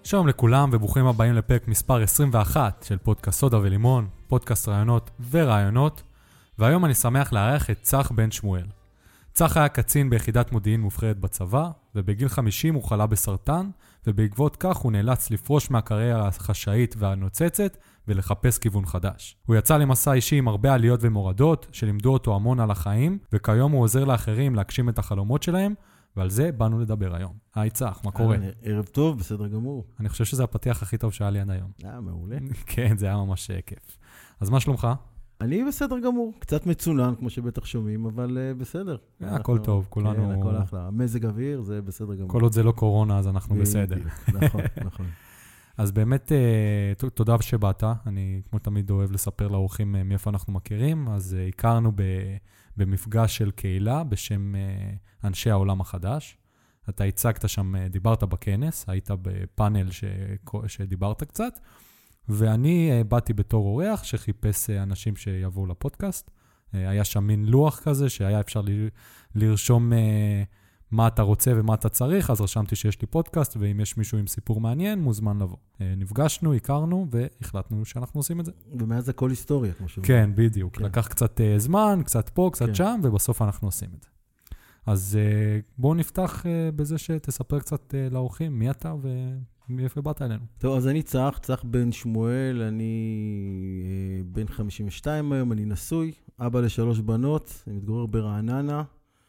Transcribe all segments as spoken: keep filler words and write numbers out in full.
שלום לכולם וברוכים הבאים לפרק מספר עשרים ואחת של פודקאסט סודה ולימון, פודקאסט רעיונות ורעיונות, והיום אני שמח לארח את צח בן שמואל. צח היה קצין ביחידת מודיעין מובחרת בצבא, ובגיל חמישים הוא חלה בסרטן, ובעקבות כך הוא נאלץ לפרוש מהקריירה החשאית והנוצצת ולחפש כיוון חדש. הוא יצא למסע אישי עם הרבה עליות ומורדות, שלימדו אותו המון על החיים, וכיום הוא עוזר לאחרים להגשים את החלומות שלהם, ועל זה באנו לדבר היום. היי צח, מה קורה? ערב טוב, בסדר גמור. אני חושב שזה הפתיח הכי טוב שהיה לי עד היום. אה, מעולה. כן, זה היה ממש כיף. אז מה שלומך? אני בסדר גמור, קצת מצונן, כמו שבטח שומעים, אבל uh, בסדר. הכל טוב, כולנו... כן, הכל אחלה. מזג אוויר, זה בסדר גמור. כל עוד זה לא קורונה, אז אנחנו בסדר. נכון, נכון. אז באמת, תודה שבאת. אני כמו תמיד אוהב לספר לאורחים מאיפה אנחנו מכירים. אז הכרנו במפגש של קהילה בשם אנשי העולם החדש. אתה הצגת שם, דיברת בכנס, היית בפאנל שדיברת קצת. ואני באתי בתור אורח שחיפש אנשים שיבואו לפודקאסט. היה שם מין לוח כזה שהיה אפשר לרשום מה אתה רוצה ומה אתה צריך, אז רשמתי שיש לי פודקאסט, ואם יש מישהו עם סיפור מעניין, מוזמן לבוא. נפגשנו, הכרנו, והחלטנו שאנחנו עושים את זה. ומאז הכל היסטוריה, כמו שאומרים. כן, בדיוק. כן. לקח קצת זמן, קצת פה, קצת כן. שם, ובסוף אנחנו עושים את זה. אז בואו נפתח בזה שתספר קצת לאורחים, מי אתה ומאיפה באת אלינו. טוב, אז אני צח, צח בן שמואל, אני בן חמישים ושתיים היום, אני נשוי, אבא לשלוש בנות, אני מתגורר ברעננה.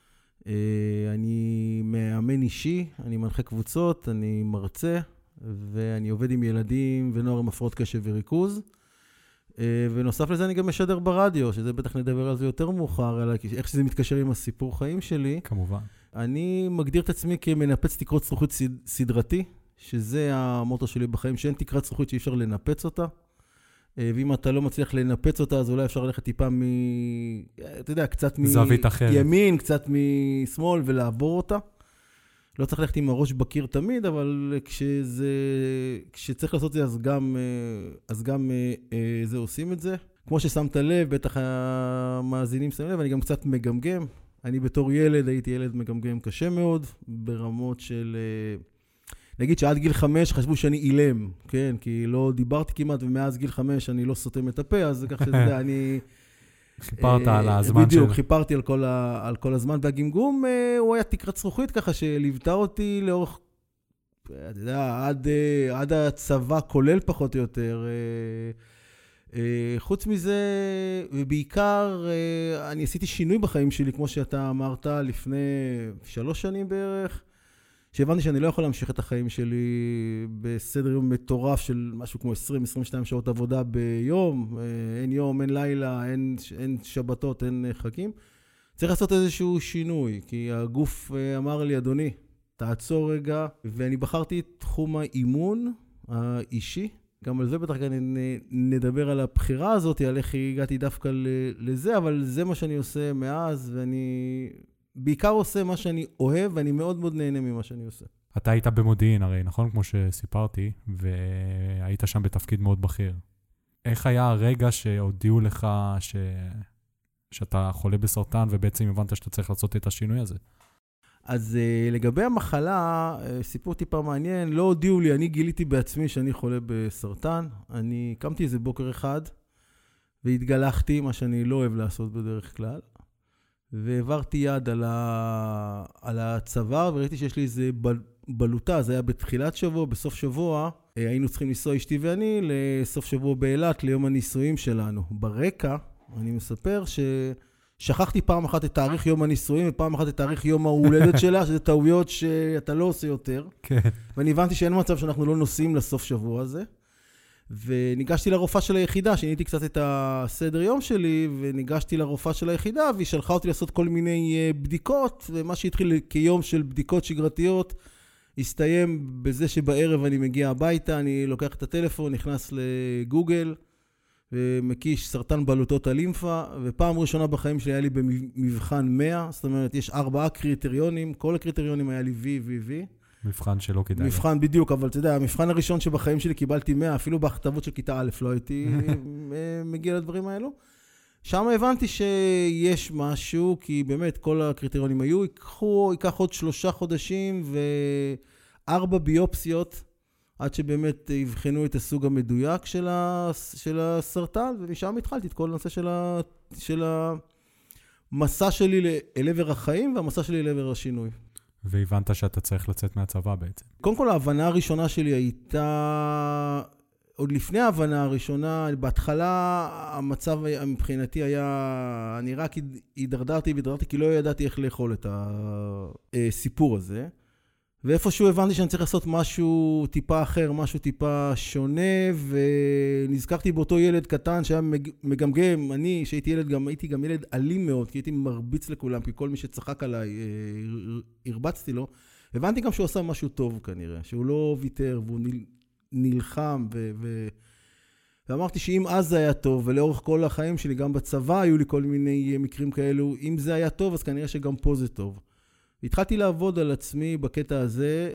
אני מאמן אישי, אני מנחה קבוצות, אני מרצה, ואני עובד עם ילדים ונוער עם הפרעות קשב וריכוז. ונוסף לזה אני גם משדר ברדיו, שזה בטח נדבר על זה יותר מאוחר, איך שזה מתקשר עם הסיפור חיים שלי. כמובן. אני מגדיר את עצמי כמנפץ תקרות זכוכית סדרתי, שזה המוטו שלי בחיים, שאין תקרת זכוכית שאי אפשר לנפץ אותה. ואם אתה לא מצליח לנפץ אותה, אז אולי אפשר ללכת טיפה מ... אתה יודע, קצת מימין, קצת משמאל, ולעבור אותה. לא צריך ללכת עם הראש בקיר תמיד, אבל כשזה... כשצריך לעשות זה, אז גם, אז גם זה עושים את זה. כמו ששמת לב, בטח המאזינים שמים לב, אני גם קצת מגמגם. אני בתור ילד, הייתי ילד מגמגם קשה מאוד, ברמות של... נגיד שעד גיל חמש חשבו שאני אילם, כן? כי לא דיברתי כמעט, ומאז גיל חמש אני לא סותם את הפה, אז כך שזה, אני... חיפרת על הזמן בדיוק, של... חיפרתי על כל, ה... על כל הזמן, והגמגום הוא היה תקרת זכוכית ככה, שליוותה אותי לאורך, אתה יודע, עד, עד הצבא כולל פחות או יותר. חוץ מזה, ובעיקר, אני עשיתי שינוי בחיים שלי, כמו שאתה אמרת, לפני שלוש שנים בערך, שהבנתי שאני לא יכול להמשיך את החיים שלי בסדר יום מטורף של משהו כמו עשרים עד עשרים ושתיים שעות עבודה ביום, אין יום, אין לילה, אין, אין שבתות, אין חגים. צריך לעשות איזשהו שינוי, כי הגוף אמר לי, אדוני, תעצור רגע, ואני בחרתי את תחום האימון האישי. גם על זה בטח נדבר על הבחירה הזאת, על איך הגעתי דווקא לזה, אבל זה מה שאני עושה מאז, ואני... בעיקר עושה מה שאני אוהב, ואני מאוד מאוד נהנה ממה שאני עושה. אתה היית במודיעין הרי, נכון? כמו שסיפרתי, והיית שם בתפקיד מאוד בכיר. איך היה הרגע שהודיעו לך ש... שאתה חולה בסרטן, ובעצם הבנת שאתה צריך לעשות את השינוי הזה? אז לגבי המחלה, סיפור טיפה מעניין, לא הודיעו לי, אני גיליתי בעצמי שאני חולה בסרטן. אני קמתי איזה בוקר אחד, והתגלחתי, מה שאני לא אוהב לעשות בדרך כלל. והעברתי יד על, ה... על הצוואר, וראיתי שיש לי איזה בל... בלוטה, זה היה בתחילת שבוע, בסוף שבוע, היינו צריכים לנסוע אשתי ואני לסוף שבוע באילת, ליום הנישואים שלנו. ברקע, אני מספר ששכחתי פעם אחת את תאריך יום הנישואים, ופעם אחת את תאריך יום ההולדת שלה, שזה טעויות שאתה לא עושה יותר. כן. ואני הבנתי שאין מצב שאנחנו לא נוסעים לסוף שבוע הזה. וניגשתי לרופאה של היחידה, שיניתי קצת את הסדר יום שלי, וניגשתי לרופאה של היחידה, והיא שלחה אותי לעשות כל מיני בדיקות, ומה שהתחיל כיום של בדיקות שגרתיות, הסתיים בזה שבערב אני מגיע הביתה, אני לוקח את הטלפון, נכנס לגוגל, ומקיש סרטן בלוטות הלימפה, ופעם ראשונה בחיים שלי היה לי במבחן מאה, זאת אומרת, יש ארבעה קריטריונים, כל הקריטריונים היה לי וי, וי, וי. מבחן שלא כדאי. מבחן בדיוק, אבל אתה יודע, המבחן הראשון שבחיים שלי קיבלתי מאה, אפילו בהכתבות של כיתה א' לא הייתי מגיע לדברים האלו. שם הבנתי שיש משהו, כי באמת כל הקריטריונים היו, ייקחו, ייקח עוד שלושה חודשים וארבע ביופסיות עד שבאמת הבחנו את הסוג המדויק של, ה, של הסרטן, ומשם התחלתי את כל הנושא של, ה, של המסע שלי אל עבר החיים, והמסע שלי אל עבר השינוי. והבנת שאתה צריך לצאת מהצבא בעצם. קודם כל, ההבנה הראשונה שלי הייתה, עוד לפני ההבנה הראשונה, בהתחלה המצב מבחינתי היה, אני רק הידרדרתי והידרדרתי, כי לא ידעתי איך לאכול את הסיפור הזה. ואיפשהו הבנתי שאני צריך לעשות משהו טיפה אחר, משהו טיפה שונה, ונזכרתי באותו ילד קטן שהיה מגמגם, אני, שהייתי ילד, גם הייתי גם ילד אלים מאוד, כי הייתי מרביץ לכולם, כי כל מי שצחק עליי, הרבצתי לו. הבנתי גם שהוא עשה משהו טוב כנראה, שהוא לא ויתר, והוא נלחם, ו... ו... ואמרתי שאם אז זה היה טוב, ולאורך כל החיים שלי, גם בצבא היו לי כל מיני מקרים כאלו, אם זה היה טוב, אז כנראה שגם פה זה טוב. התחלתי לעבוד על עצמי בקטע הזה,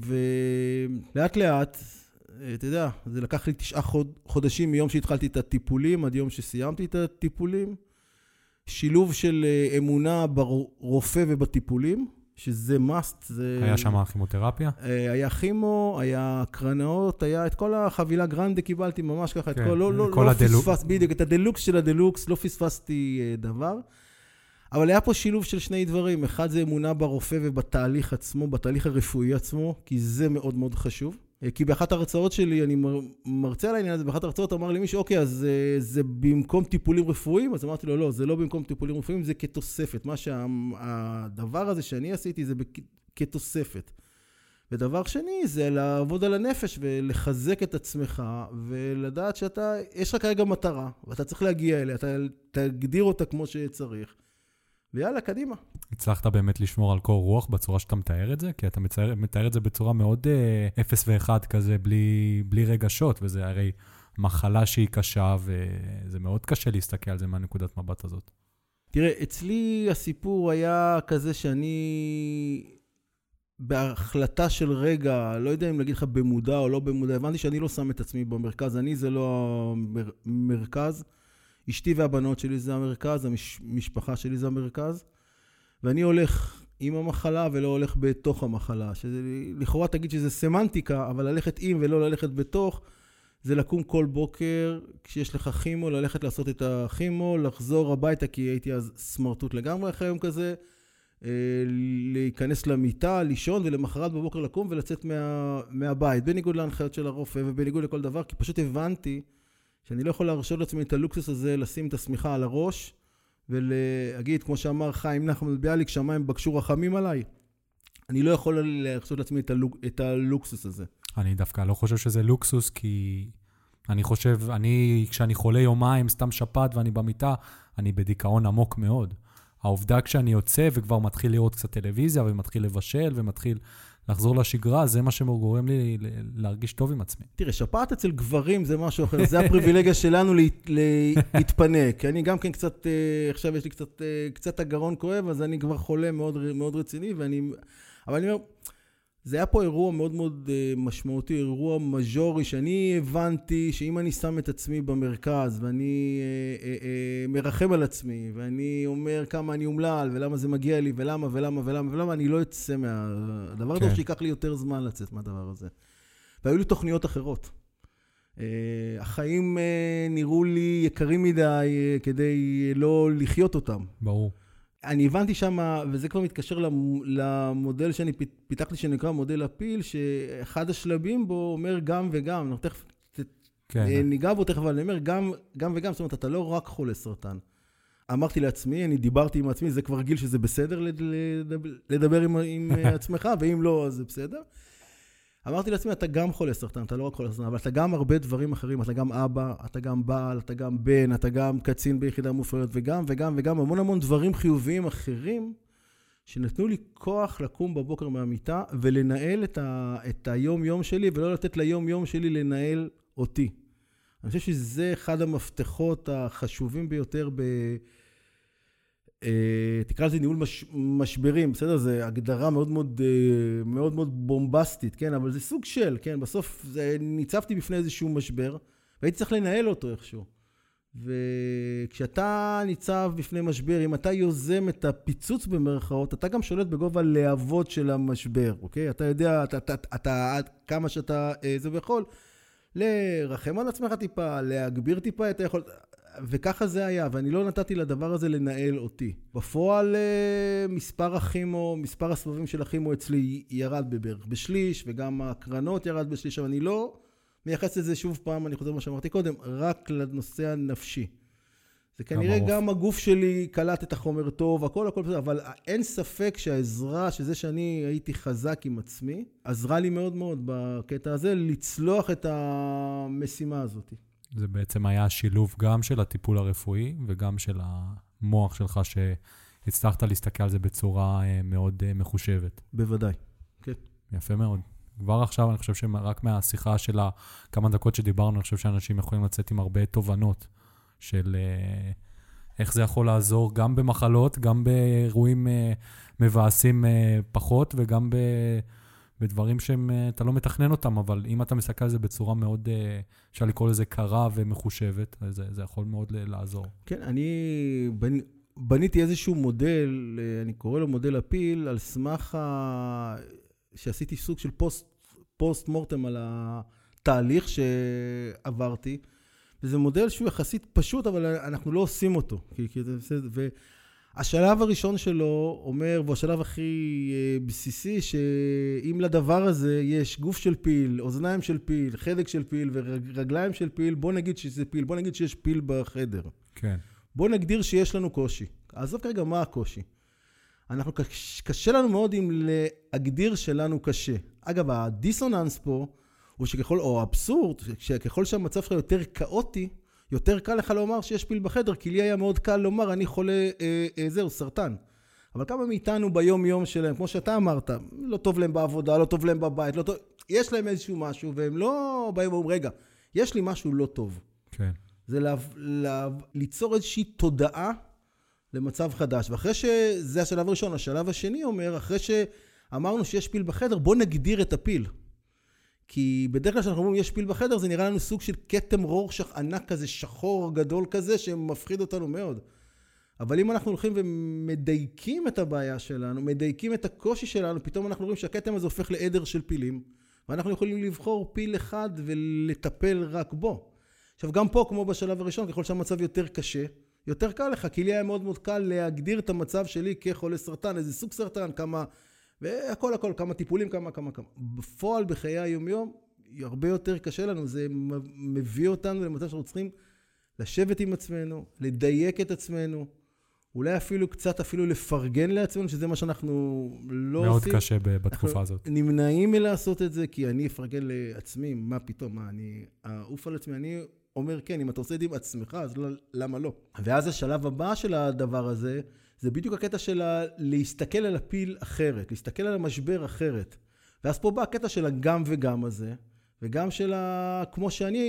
ולאט לאט, אתה יודע, זה לקח לי תשעה חודשים מיום שהתחלתי את הטיפולים, עד יום שסיימתי את הטיפולים. שילוב של אמונה ברופא ובטיפולים, שזה must. זה... היה שם כימותרפיה? היה כימו, היה קרנאות, היה את כל החבילה גרנדה קיבלתי ממש ככה, כן, את כל, לא, לא, כל לא הדלוק... פספס, בדיוק, את הדלוקס של הדלוקס, לא פספסתי דבר. אבל היה פה שילוב של שני דברים. אחד זה אמונה ברופא ובתהליך עצמו, בתהליך הרפואי עצמו, כי זה מאוד מאוד חשוב. כי באחת הרצאות שלי, אני מרצה על העניין הזה, באחת הרצאות אמר לי מישהו, אוקיי, אז זה, זה במקום טיפולים רפואיים? אז אמרתי לו, לא, זה לא במקום טיפולים רפואיים, זה כתוספת. מה שהדבר הזה שאני עשיתי, זה כתוספת. ודבר שני, זה לעבוד על הנפש ולחזק את עצמך, ולדעת שאתה, יש לך כרגע מטרה, ואתה צריך להגיע אליה, אתה תגדיר אותה כמו שצריך. ויאללה, קדימה. הצלחת באמת לשמור על קור רוח בצורה שאתה מתאר את זה? כי אתה מתאר, מתאר את זה בצורה מאוד אה, אפס ואחד כזה, בלי, בלי רגשות, וזה הרי מחלה שהיא קשה, וזה מאוד קשה להסתכל על זה מהנקודת מבט הזאת. תראה, אצלי הסיפור היה כזה שאני בהחלטה של רגע, לא יודע אם להגיד לך במודע או לא במודע, הבנתי שאני לא שם את עצמי במרכז, אני זה לא המרכז, אשתי והבנות שלי זה המרכז, המשפחה שלי זה המרכז, ואני הולך עם המחלה ולא הולך בתוך המחלה, שלכאורה תגיד שזה סמנטיקה, אבל ללכת עם ולא ללכת בתוך, זה לקום כל בוקר, כשיש לך כימו, ללכת לעשות את הכימו, לחזור הביתה, כי הייתי אז סמרטוט לגמרי אחרי יום כזה, להיכנס למיטה, לישון, ולמחרת בבוקר לקום ולצאת מה, מהבית, בניגוד להנחיות של הרופא ובניגוד לכל דבר, כי פשוט הבנתי שאני לא יכול להרשות לעצמי את הלוקסוס הזה, לשים את השמיכה על הראש, ולהגיד, כמו שאמר חיים נחמן ביאליק, שמיים בקשו רחמים עליי. אני לא יכול להרשות לעצמי את, הלוק, את הלוקסוס הזה. אני דווקא לא חושב שזה לוקסוס, כי אני חושב, אני, כשאני חולה יומיים, סתם שפעת ואני במיטה, אני בדיכאון עמוק מאוד. העובדה כשאני יוצא וכבר מתחיל לראות קצת טלוויזיה, ומתחיל לבשל ומתחיל לחזור לשגרה, זה מה שמגורם לי להרגיש טוב עם עצמי. תראה, שפעת אצל גברים זה משהו אחר, זה הפריבילגיה שלנו להתפנק. אני גם כן קצת, עכשיו יש לי קצת, קצת הגרון כואב, אז אני כבר חולה מאוד, מאוד רציני, ואני, אבל אני אומר, זה היה פה אירוע מאוד מאוד משמעותי, אירוע מז'ורי, שאני הבנתי שאם אני שם את עצמי במרכז, ואני אה, אה, אה, מרחם על עצמי, ואני אומר כמה אני אומלל, ולמה זה מגיע לי, ולמה, ולמה, ולמה, ולמה, אני לא אצא מהדבר הזה, שיקח לי יותר זמן לצאת מהדבר הזה. והיו לי תוכניות אחרות. אה, החיים אה, נראו לי יקרים מדי, אה, כדי לא לחיות אותם. ברור. אני הבנתי שם, וזה כבר מתקשר למודל שאני פיתחתי שנקרא מודל הפיל, שאחד השלבים בו אומר גם וגם, אנחנו תכף כן. ניגע בו תכף, אבל אני אומר גם, גם וגם, זאת אומרת, אתה לא רק חולה סרטן. אמרתי לעצמי, אני דיברתי עם עצמי, זה כבר גיל שזה בסדר לדבר עם, עם עצמך, ואם לא, אז זה בסדר. אמרתי לעצמי, אתה גם חולה סרטן, אתה לא רק חולה סרטן, אבל אתה גם הרבה דברים אחרים, אתה גם אבא, אתה גם בעל, אתה גם בן, אתה גם קצין ביחידה מופרדת, וגם וגם וגם המון המון דברים חיוביים אחרים, שנתנו לי כוח לקום בבוקר מהמיטה, ולנהל את, ה, את היום יום שלי, ולא לתת ליום יום שלי לנהל אותי. אני חושב שזה אחד המפתחות החשובים ביותר ב... תקרא לזה ניהול מש, משברים, בסדר? זה הגדרה מאוד מאוד, מאוד מאוד בומבסטית, כן? אבל זה סוג של, כן? בסוף זה, ניצבתי בפני איזשהו משבר, והייתי צריך לנהל אותו איכשהו. וכשאתה ניצב בפני משבר, אם אתה יוזם את הפיצוץ במרכאות, אתה גם שולט בגובה להבות של המשבר, אוקיי? אתה יודע, אתה, אתה, אתה, כמה שאתה, זה ויכול, לרחם על עצמך טיפה, להגביר טיפה את היכולת, וככה זה היה, ואני לא נתתי לדבר הזה לנהל אותי. בפועל, מספר הכימו, מספר הסבבים של הכימו אצלי ירד בבערך בשליש, וגם הקרנות ירד בשליש, אבל אני לא מייחס את זה שוב פעם, אני חוזר מה שאמרתי קודם, רק לנושא הנפשי. זה כנראה גם, גם הגוף שלי קלט את החומר טוב, הכל הכל בסדר, אבל אין ספק שהעזרה, שזה שאני הייתי חזק עם עצמי, עזרה לי מאוד מאוד בקטע הזה, לצלוח את המשימה הזאת. זה בעצם היה השילוב גם של הטיפול הרפואי, וגם של המוח שלך, שהצלחת להסתכל על זה בצורה מאוד מחושבת. בוודאי, כן. יפה מאוד. כבר עכשיו אני חושב שרק מהשיחה של כמה דקות שדיברנו, אני חושב שאנשים יכולים לצאת עם הרבה תובנות של איך זה יכול לעזור גם במחלות, גם באירועים מבאסים פחות, וגם בדברים שאתה לא מתכנן אותם, אבל אם אתה מסתכל על זה בצורה מאוד, אפשר לקרוא לזה קרה ומחושבת, אז זה יכול מאוד לעזור. כן, אני בניתי איזשהו מודל, אני קורא לו מודל הפיל, על סמך ה... שעשיתי סוג של פוסט, פוסט מורטם על התהליך שעברתי, וזה מודל שהוא יחסית פשוט, אבל אנחנו לא עושים אותו. כי, כי זה, והשלב הראשון שלו אומר, והשלב הכי בסיסי, שאם לדבר הזה יש גוף של פיל, אוזניים של פיל, חדק של פיל ורגליים של פיל, בוא נגיד שזה פיל, בוא נגיד שיש פיל בחדר. כן. בוא נגדיר שיש לנו קושי. עזוב כרגע מה הקושי. אנחנו, קשה לנו מאוד אם להגדיר שלנו קשה. אגב, הדיסוננס פה, הוא שככל, או האבסורד, שככל שהמצב שלך יותר כאוטי, יותר קל לך לומר שיש פיל בחדר, כי לי היה מאוד קל לומר, אני חולה, אה, אה, זהו, סרטן. אבל כמה מאיתנו ביום יום שלהם, כמו שאתה אמרת, לא טוב להם בעבודה, לא טוב להם בבית, לא טוב, יש להם איזשהו משהו, והם לא באים ואומרים, רגע, יש לי משהו לא טוב. כן. זה לה, לה, ליצור איזושהי תודעה, למצב חדש, ואחרי שזה השלב הראשון, השלב השני אומר, אחרי שאמרנו שיש פיל בחדר, בוא נגדיר את הפיל. כי בדרך כלל שאנחנו אומרים יש פיל בחדר, זה נראה לנו סוג של כתם רורשך ענק כזה, שחור גדול כזה, שמפחיד אותנו מאוד. אבל אם אנחנו הולכים ומדייקים את הבעיה שלנו, מדייקים את הקושי שלנו, פתאום אנחנו רואים שהכתם הזה הופך לעדר של פילים, ואנחנו יכולים לבחור פיל אחד ולטפל רק בו. עכשיו גם פה, כמו בשלב הראשון, ככל שהמצב יותר קשה, יותר קל לך, כי לי היה מאוד מאוד קל להגדיר את המצב שלי כחולה סרטן, איזה סוג סרטן, כמה, והכל הכל, כמה טיפולים, כמה, כמה, כמה. בפועל, בחיי היום-יום, הרבה יותר קשה לנו, זה מביא אותנו למצב שאנחנו צריכים לשבת עם עצמנו, לדייק את עצמנו, אולי אפילו קצת אפילו לפרגן לעצמנו, שזה מה שאנחנו לא מאוד עושים. מאוד קשה בתקופה הזאת. נמנעים מלעשות את זה, כי אני אפרגן לעצמי, מה פתאום, מה, אני אעוף על עצמי, אני אומר, כן, אם אתה עושה את זה עם עצמך, אז למה לא? ואז השלב הבא של הדבר הזה, זה בדיוק הקטע של להסתכל על הפיל אחרת, להסתכל על המשבר אחרת. ואז פה בא הקטע של הגם וגם הזה, וגם של, ה... כמו שאני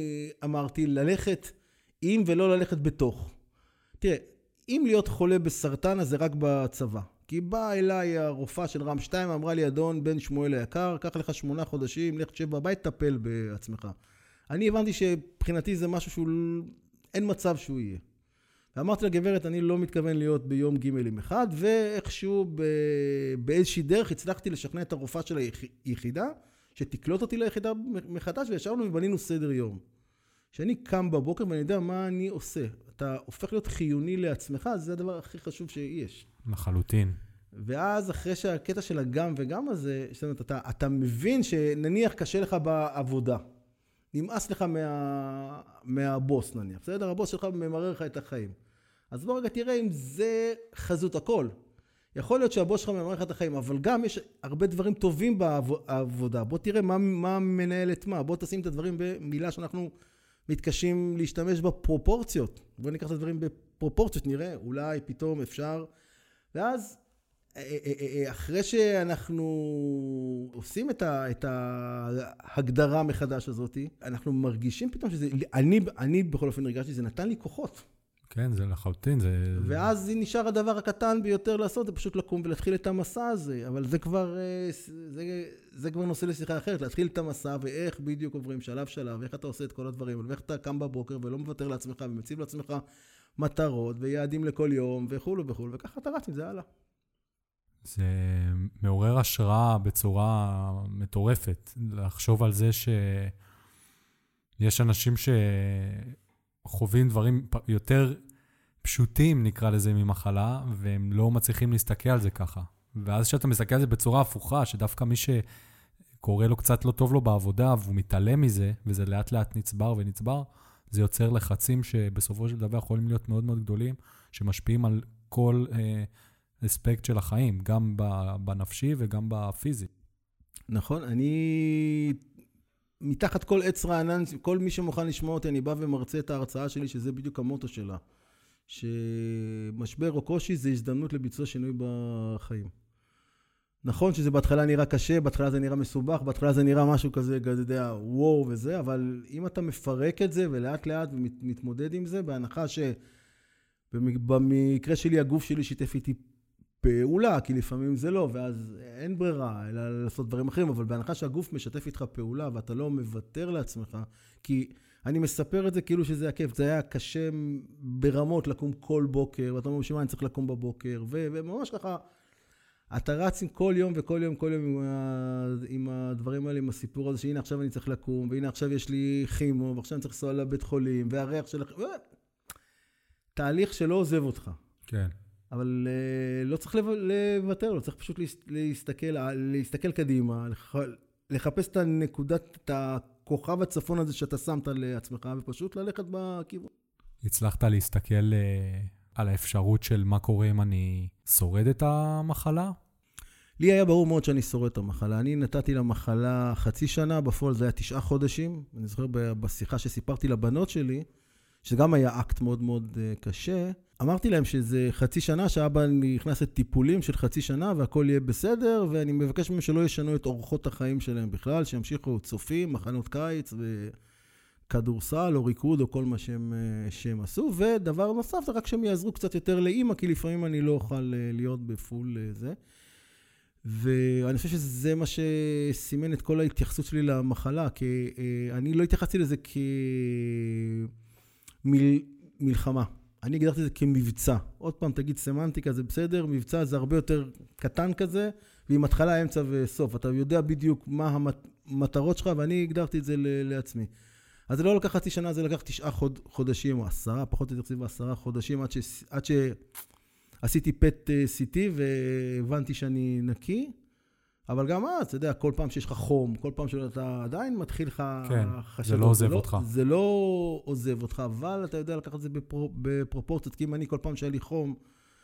אמרתי, ללכת עם ולא ללכת בתוך. תראה, אם להיות חולה בסרטן, אז זה רק בצבא. כי באה אליי הרופאה של רם שתיים, אמרה לי, אדון בן שמואל היקר, קח לך שמונה חודשים, לך תשב בבית, תטפל בעצמך. אני הבנתי שבחינתי זה משהו שהוא, אין מצב שהוא יהיה. ואמרתי לגברת, אני לא מתכוון להיות ביום ג' עם אחד, ואיכשהו באיזושהי דרך הצלחתי לשכנע את הרופאה של היחידה, שתקלוט אותי ליחידה מחדש, וישבנו ובנינו סדר יום. כשאני קם בבוקר ואני יודע מה אני עושה. אתה הופך להיות חיוני לעצמך, זה הדבר הכי חשוב שיש. לחלוטין. ואז אחרי שהקטע של הגם וגם הזה, אתה, אתה מבין שנניח קשה לך בעבודה. נמאס לך מה, מהבוס נניח. בסדר? הבוס שלך ממרר לך את החיים. אז בוא רגע תראה אם זה חזות הכל. יכול להיות שהבוס שלך ממרר לך את החיים, אבל גם יש הרבה דברים טובים בעבודה. בוא תראה מה, מה מנהל את מה. בוא תשים את הדברים במילה שאנחנו מתקשים להשתמש בפרופורציות. בוא ניקח את הדברים בפרופורציות, נראה, אולי פתאום אפשר. ואז אחרי שאנחנו עושים את, ה, את ההגדרה מחדש הזאת, אנחנו מרגישים פתאום שזה, אני, אני בכל אופן הרגשתי, זה נתן לי כוחות. כן, זה לחלוטין, זה... ואז נשאר הדבר הקטן ביותר לעשות, זה פשוט לקום ולהתחיל את המסע הזה, אבל זה כבר, זה, זה כבר נושא לשיחה אחרת, להתחיל את המסע ואיך בדיוק עוברים שלב שלב, ואיך אתה עושה את כל הדברים, ואיך אתה קם בבוקר ולא מוותר לעצמך, ומציב לעצמך מטרות ויעדים לכל יום וכו' וכו', וככה אתה רץ עם זה הלאה. זה מעורר השראה בצורה מטורפת, לחשוב על זה שיש אנשים שחווים דברים יותר פשוטים, נקרא לזה, ממחלה, והם לא מצליחים להסתכל על זה ככה. ואז שאתה מסתכל על זה בצורה הפוכה, שדווקא מי שקורא לו קצת לא טוב לו בעבודה, והוא מתעלם מזה, וזה לאט לאט נצבר ונצבר, זה יוצר לחצים שבסופו של דבר יכולים להיות מאוד מאוד גדולים, שמשפיעים על כל אה, אספקט של החיים, גם בנפשי וגם בפיזי. נכון, אני מתחת כל עץ רענן, כל מי שמוכן לשמוע אותי, אני בא ומרצה את ההרצאה שלי, שזה בדיוק המוטו שלה. שמשבר או קושי זה הזדמנות לביצוע שינוי בחיים. נכון שזה בהתחלה נראה קשה, בהתחלה זה נראה מסובך, בהתחלה זה נראה משהו כזה, אתה יודע, וואו וזה, אבל אם אתה מפרק את זה ולאט לאט ומתמודד עם זה, בהנחה שבמקרה שלי הגוף שלי שיתף איתי פעולה, כי לפעמים זה לא, ואז אין ברירה, אלא לעשות דברים אחרים, אבל בהנחה שהגוף משתף איתך פעולה ואתה לא מוותר לעצמך, כי אני מספר את זה כאילו שזה היה כיף, זה היה קשה ברמות לקום כל בוקר, ואתה אומר, בשביל מה אני צריך לקום בבוקר, ו- וממש ככה, אתה רץ עם כל יום וכל יום, כל יום עם, ה- עם הדברים האלה, עם הסיפור הזה, שהנה עכשיו אני צריך לקום, והנה עכשיו יש לי כימו, ועכשיו אני צריך לנסוע לבית חולים, והריח של... תהליך שלא עוזב אותך. כן. אבל uh, לא צריך לוותר, לא צריך פשוט להסתכל, להסתכל קדימה, לחפש את הנקודת, את הכוכב הצפון הזה שאתה שמת לעצמך, ופשוט ללכת בכיוון. הצלחת להסתכל uh, על האפשרות של מה קורה אם אני שורד את המחלה? לי היה ברור מאוד שאני שורד את המחלה. אני נתתי למחלה חצי שנה, בפועל זה היה תשעה חודשים. אני זוכר בשיחה שסיפרתי לבנות שלי, שגם היה אקט מאוד מאוד קשה. אמרתי להם שזה חצי שנה, שאבא נכנס לטיפולים של חצי שנה, והכל יהיה בסדר, ואני מבקש מהם שלא ישנו את אורחות החיים שלהם בכלל, שימשיכו צופים, מחנות קיץ וכדורסל או ריקוד או כל מה שהם, שהם עשו. ודבר נוסף זה רק שהם יעזרו קצת יותר לאמא, כי לפעמים אני לא אוכל להיות בפול זה. ואני חושב שזה מה שסימן את כל ההתייחסות שלי למחלה, כי אני לא התייחסתי לזה כמלחמה. אני הגדרתי את זה כמבצע. עוד פעם תגיד סמנטיקה, זה בסדר, מבצע זה הרבה יותר קטן כזה, ועם התחלה, אמצע וסוף. אתה יודע בדיוק מה המטרות שלך, ואני הגדרתי את זה לעצמי. אז זה לא לקח חצי שנה, זה לקח תשעה חוד, חודשים, או עשרה, פחות או יותר סביב עשרה חודשים, עד, ש, עד שעשיתי פט סי טי, והבנתי שאני נקי. אבל גם אז, אתה יודע, כל פעם שיש לך חום, כל פעם שאתה עדיין מתחיל לך... כן, זה לא עוזב לא, אותך. זה לא עוזב אותך, אבל אתה יודע לקחת את זה בפר, בפרופורציות, כי אם אני כל פעם שהיה לי חום,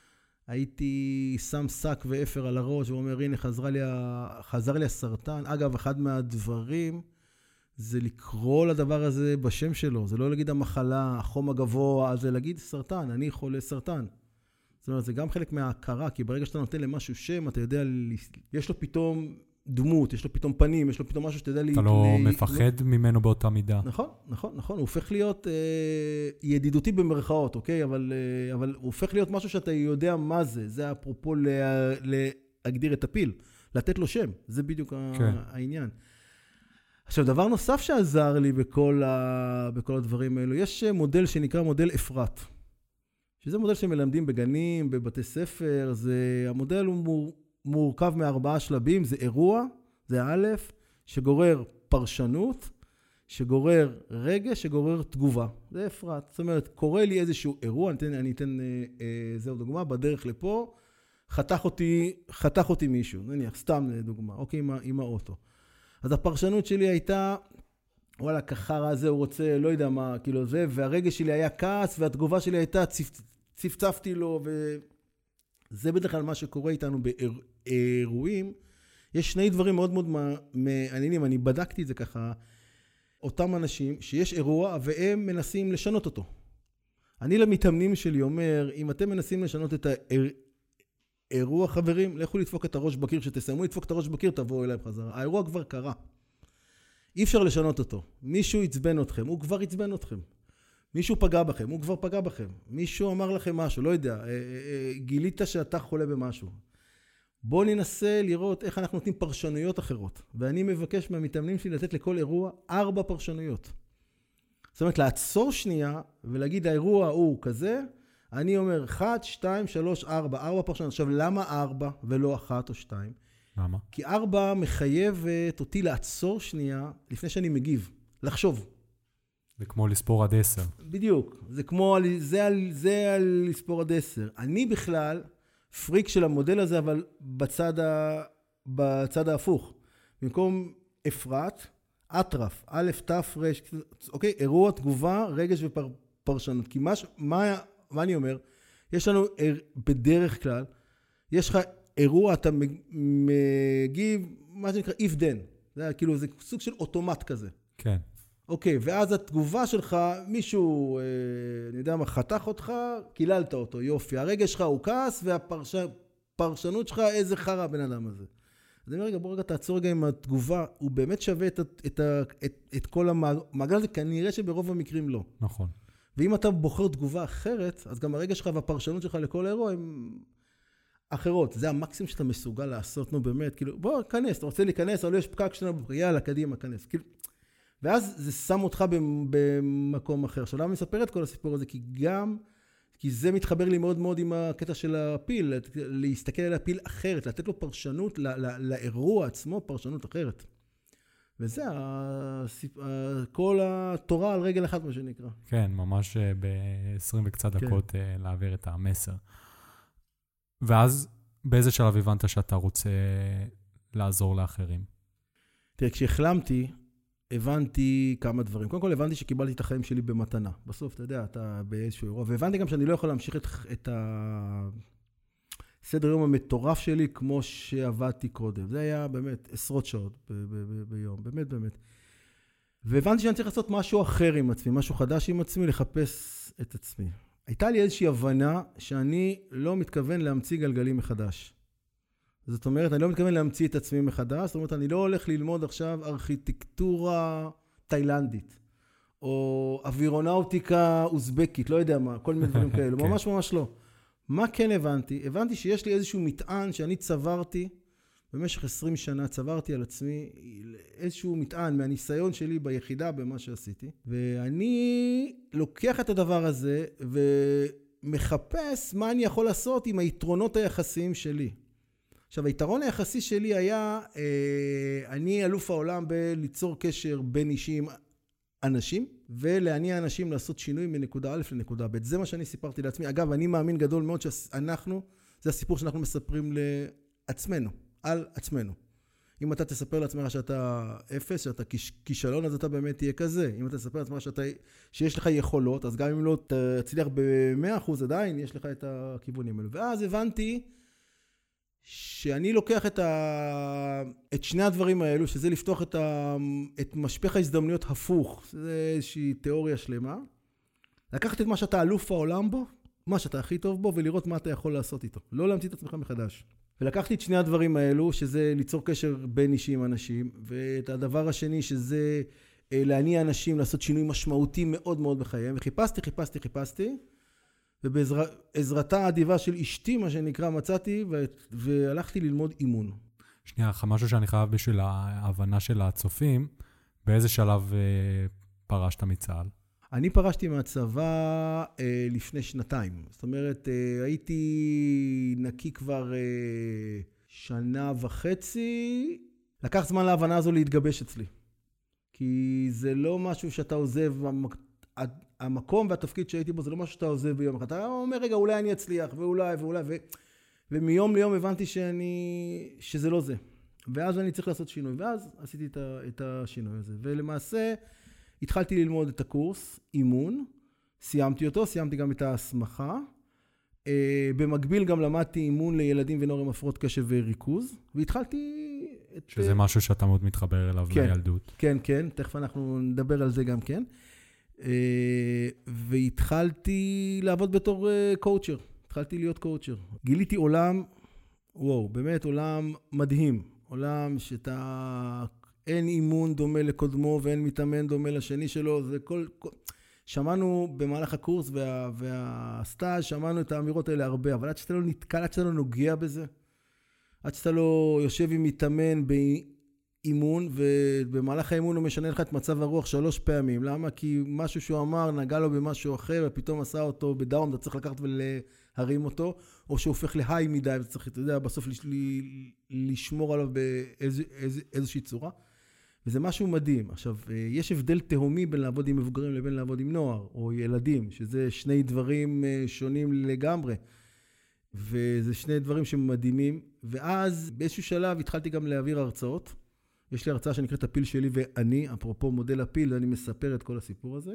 הייתי שם סק ואפר על הראש, ואומר, הנה, חזרה לי, חזר לי הסרטן. אגב, אחד מהדברים, זה לקרוא לדבר הזה בשם שלו. זה לא להגיד המחלה, החום הגבוה, זה להגיד סרטן, אני חולה סרטן. זאת אומרת, זה גם חלק מההכרה, כי ברגע שאתה נותן למשהו שם, אתה יודע, יש לו פתאום דמות, יש לו פתאום פנים, יש לו פתאום משהו שאתה יודע... אתה לא מפחד ממנו באותה מידה. נכון, נכון, נכון. הוא הופך להיות ידידותי במרכאות, אוקיי? אבל הוא הופך להיות משהו שאתה יודע מה זה. זה אפרופו להגדיר את הפיל, לתת לו שם. זה בדיוק העניין. עכשיו, דבר נוסף שעזר לי בכל הדברים האלו, יש מודל שנקרא מודל אפרת. שזה מודל שמלמדים בגנים, בבתי ספר, זה, המודל הוא מורכב מארבעה שלבים, זה אירוע, זה א', שגורר פרשנות, שגורר רגש, שגורר תגובה. זה אפרת. זאת אומרת, קורה לי איזשהו אירוע, אני אתן, אני אתן אה, אה, זהו דוגמה, בדרך לפה, חתך אותי, חתך אותי מישהו, נניח, סתם דוגמה, אוקיי, עם, עם האוטו. אז הפרשנות שלי הייתה, וואלה, כחרה הזה, הוא רוצה, לא יודע מה, כאילו זה, והרגש שלי היה כעס, והתגובה שלי הייתה, צפ, צפצפתי לו, וזה בדרך כלל מה שקורה איתנו באירועים. יש שני דברים מאוד מאוד מעניינים, אני בדקתי את זה ככה, אותם אנשים שיש אירוע, והם מנסים לשנות אותו. אני למתאמנים שלי אומר, אם אתם מנסים לשנות את האירוע, חברים, לכו לדפוק את הראש בקיר, שתסיימו לדפוק את הראש בקיר, תבואו אליי בחזרה. האירוע כבר קרה. אי אפשר לשנות אותו. מישהו יצבן אתכם, הוא כבר יצבן אתכם. מישהו פגע בכם, הוא כבר פגע בכם. מישהו אמר לכם משהו, לא יודע, גילית שאתה חולה במשהו. בואו ננסה לראות איך אנחנו נותנים פרשנויות אחרות. ואני מבקש מהמתאמנים שלי לתת לכל אירוע ארבע פרשנויות. זאת אומרת, לעצור שנייה ולהגיד, האירוע הוא כזה, אני אומר, אחת, שתיים, שלוש, ארבע, ארבע פרשנויות. עכשיו, למה ארבע ולא אחת או שתיים? למה? כי ארבע מחייבת אותי לעצור שנייה לפני שאני מגיב, לחשוב. זה כמו לספור עד עשר. בדיוק. זה כמו, זה על, זה על לספור עד עשר. אני בכלל פריק של המודל הזה, אבל בצד, ה, בצד ההפוך. במקום אפרת, אטרף, א', ת', ר', אוקיי, אירוע, תגובה, רגש ופרשנות. כי מה, מה, מה אני אומר? יש לנו בדרך כלל, יש לך אירוע, אתה מגיב, מה שנקרא, if then. זה כאילו, זה סוג של אוטומט כזה. כן. אוקיי, ואז התגובה שלך, מישהו, אה, אני יודע מה, חתך אותך, קיללת אותו, יופי. הרגש שלך הוא כעס, והפרשנות שלך, איזה חרא הבן אדם הזה. אז אני אומר, רגע, בוא רגע, תעצור רגע עם התגובה, הוא באמת שווה את, את, את, את, את כל המעגל הזה, כנראה שברוב המקרים לא. נכון. ואם אתה בוחר תגובה אחרת, אז גם הרגש שלך והפרשנות שלך לכל האירוע הם אחרות. זה המקסימום שאתה מסוגל לעשות, נו באמת, כאילו, בוא, כנס, אתה רוצה להיכנס, אבל יש פקק שלנו, יאללה, קדימה, כנס. כאילו, ואז זה שם אותך במקום אחר. עכשיו, למה אני מספר את כל הסיפור הזה? כי גם, כי זה מתחבר לי מאוד מאוד עם הקטע של הפיל, להסתכל על הפיל אחרת, לתת לו פרשנות לא, לא, לאירוע עצמו, פרשנות אחרת. וזה הסיפ... כל התורה על רגל אחת, מה שנקרא. כן, ממש ב-עשרים וקצת דקות כן. להעביר את המסר. ואז באיזה שלב הבנת שאתה רוצה לעזור לאחרים? תראה, כשהחלמתי, הבנתי כמה דברים. קודם כל, הבנתי שקיבלתי את החיים שלי במתנה. בסוף, אתה יודע, אתה באיזשהו אירוע. והבנתי גם שאני לא יכול להמשיך את, את הסדר יום המטורף שלי כמו שעבדתי קודם. זה היה באמת עשרות שעות ב- ב- ב- ביום. באמת, באמת. והבנתי שאני צריך לעשות משהו אחר עם עצמי, משהו חדש עם עצמי, לחפש את עצמי. הייתה לי איזושהי הבנה שאני לא מתכוון להמציא גלגלים מחדש. זאת אומרת, אני לא מתכוון להמציא את עצמי מחדש, זאת אומרת, אני לא הולך ללמוד עכשיו ארכיטקטורה תאילנדית, או אווירונאוטיקה אוזבקית, לא יודע מה, כל מיני דברים כאלו, ממש ממש לא. מה כן הבנתי? הבנתי שיש לי איזשהו מטען שאני צברתי, במשך עשרים שנה צברתי על עצמי, איזשהו מטען מהניסיון שלי ביחידה במה שעשיתי, ואני לוקח את הדבר הזה ומחפש מה אני יכול לעשות עם היתרונות היחסיים שלי. עכשיו, היתרון היחסי שלי היה, אה, אני אלוף העולם בליצור קשר בין אישי עם אנשים, ולהניע אנשים לעשות שינוי מנקודה א' לנקודה ב'. זה מה שאני סיפרתי לעצמי. אגב, אני מאמין גדול מאוד שאנחנו, זה הסיפור שאנחנו מספרים לעצמנו, על עצמנו. אם אתה תספר לעצמך שאתה אפס, שאתה כישלון, אז אתה באמת תהיה כזה. אם אתה תספר לעצמך שאתה, שיש לך יכולות, אז גם אם לא תצליח ב-מאה אחוז עדיין, יש לך את הכיוונים האלו. ואז הבנתי שאני לוקח את, ה... את שני הדברים האלו, שזה לפתוח את, ה... את משפך ההזדמנויות הפוך. זה איזושהי תיאוריה שלמה. לקחת את מה שאתה אלוף העולם בו, מה שאתה הכי טוב בו, ולראות מה אתה יכול לעשות איתו. לא להמציא את עצמך מחדש. ולקחתי את שני הדברים האלו, שזה ליצור קשר בין אישי עם אנשים, ואת הדבר השני, שזה להניע אנשים, לעשות שינוי משמעותי מאוד מאוד בחייהם. וחיפשתי, חיפשתי, חיפשתי. ובעזרתה האדיבה של אשתי, מה שנקרא, מצאתי, ו... והלכתי ללמוד אימון. שנייה, משהו שאני חייב בשביל ההבנה של הצופים, באיזה שלב אה, פרשת מצה"ל? אני פרשתי מהצבא אה, לפני שנתיים. זאת אומרת, אה, הייתי נקי כבר אה, שנה וחצי. לקח זמן להבנה הזו להתגבש אצלי. כי זה לא משהו שאתה עוזב... המקום והתפקיד שהייתי בו זה לא משהו שאתה עוזב ביום אחד. אתה אומר, רגע, אולי אני אצליח, ואולי, ואולי, ו... ומיום ליום הבנתי שאני, שזה לא זה. ואז אני צריך לעשות שינוי, ואז עשיתי את, ה... את השינוי הזה. ולמעשה, התחלתי ללמוד את הקורס, אימון, סיימתי אותו, סיימתי גם את ההסמכה. במקביל גם למדתי אימון לילדים ונוער עם הפרעות קשב וריכוז, והתחלתי... את... שזה משהו שאתה מאוד מתחבר אליו כן, לילדות. כן, כן, תכף אנחנו נדבר על זה גם כן. והתחלתי לעבוד בתור קואוצ'ר, התחלתי להיות קואוצ'ר. גיליתי עולם, וואו, באמת עולם מדהים, עולם שאתה, אין אימון דומה לקודמו ואין מתאמן דומה לשני שלו, זה כל, כל שמענו במהלך הקורס וה, והסטאז', שמענו את האמירות האלה הרבה, אבל עד שאתה לא נתקל, עד שאתה לא נוגע בזה, עד שאתה לא יושב עם מתאמן באימון, ובמהלך האימון הוא משנה לך את מצב הרוח שלוש פעמים. למה? כי משהו שהוא אמר נגע לו במשהו אחר, ופתאום עשה אותו בדאון, אתה צריך לקחת ולהרים אותו, או שהוא הופך להיי מדי, ואתה צריך, אתה יודע, בסוף לשמור עליו באיזושהי צורה. וזה משהו מדהים. עכשיו, יש הבדל תהומי בין לעבוד עם מבוגרים לבין לעבוד עם נוער, או ילדים, שזה שני דברים שונים לגמרי. וזה שני דברים שמדהימים. ואז באיזשהו שלב התחלתי גם להעביר הרצאות. יש לי הרצאה שנקראת הפיל שלי ואני, אפרופו מודל הפיל, אני מספר את כל הסיפור הזה.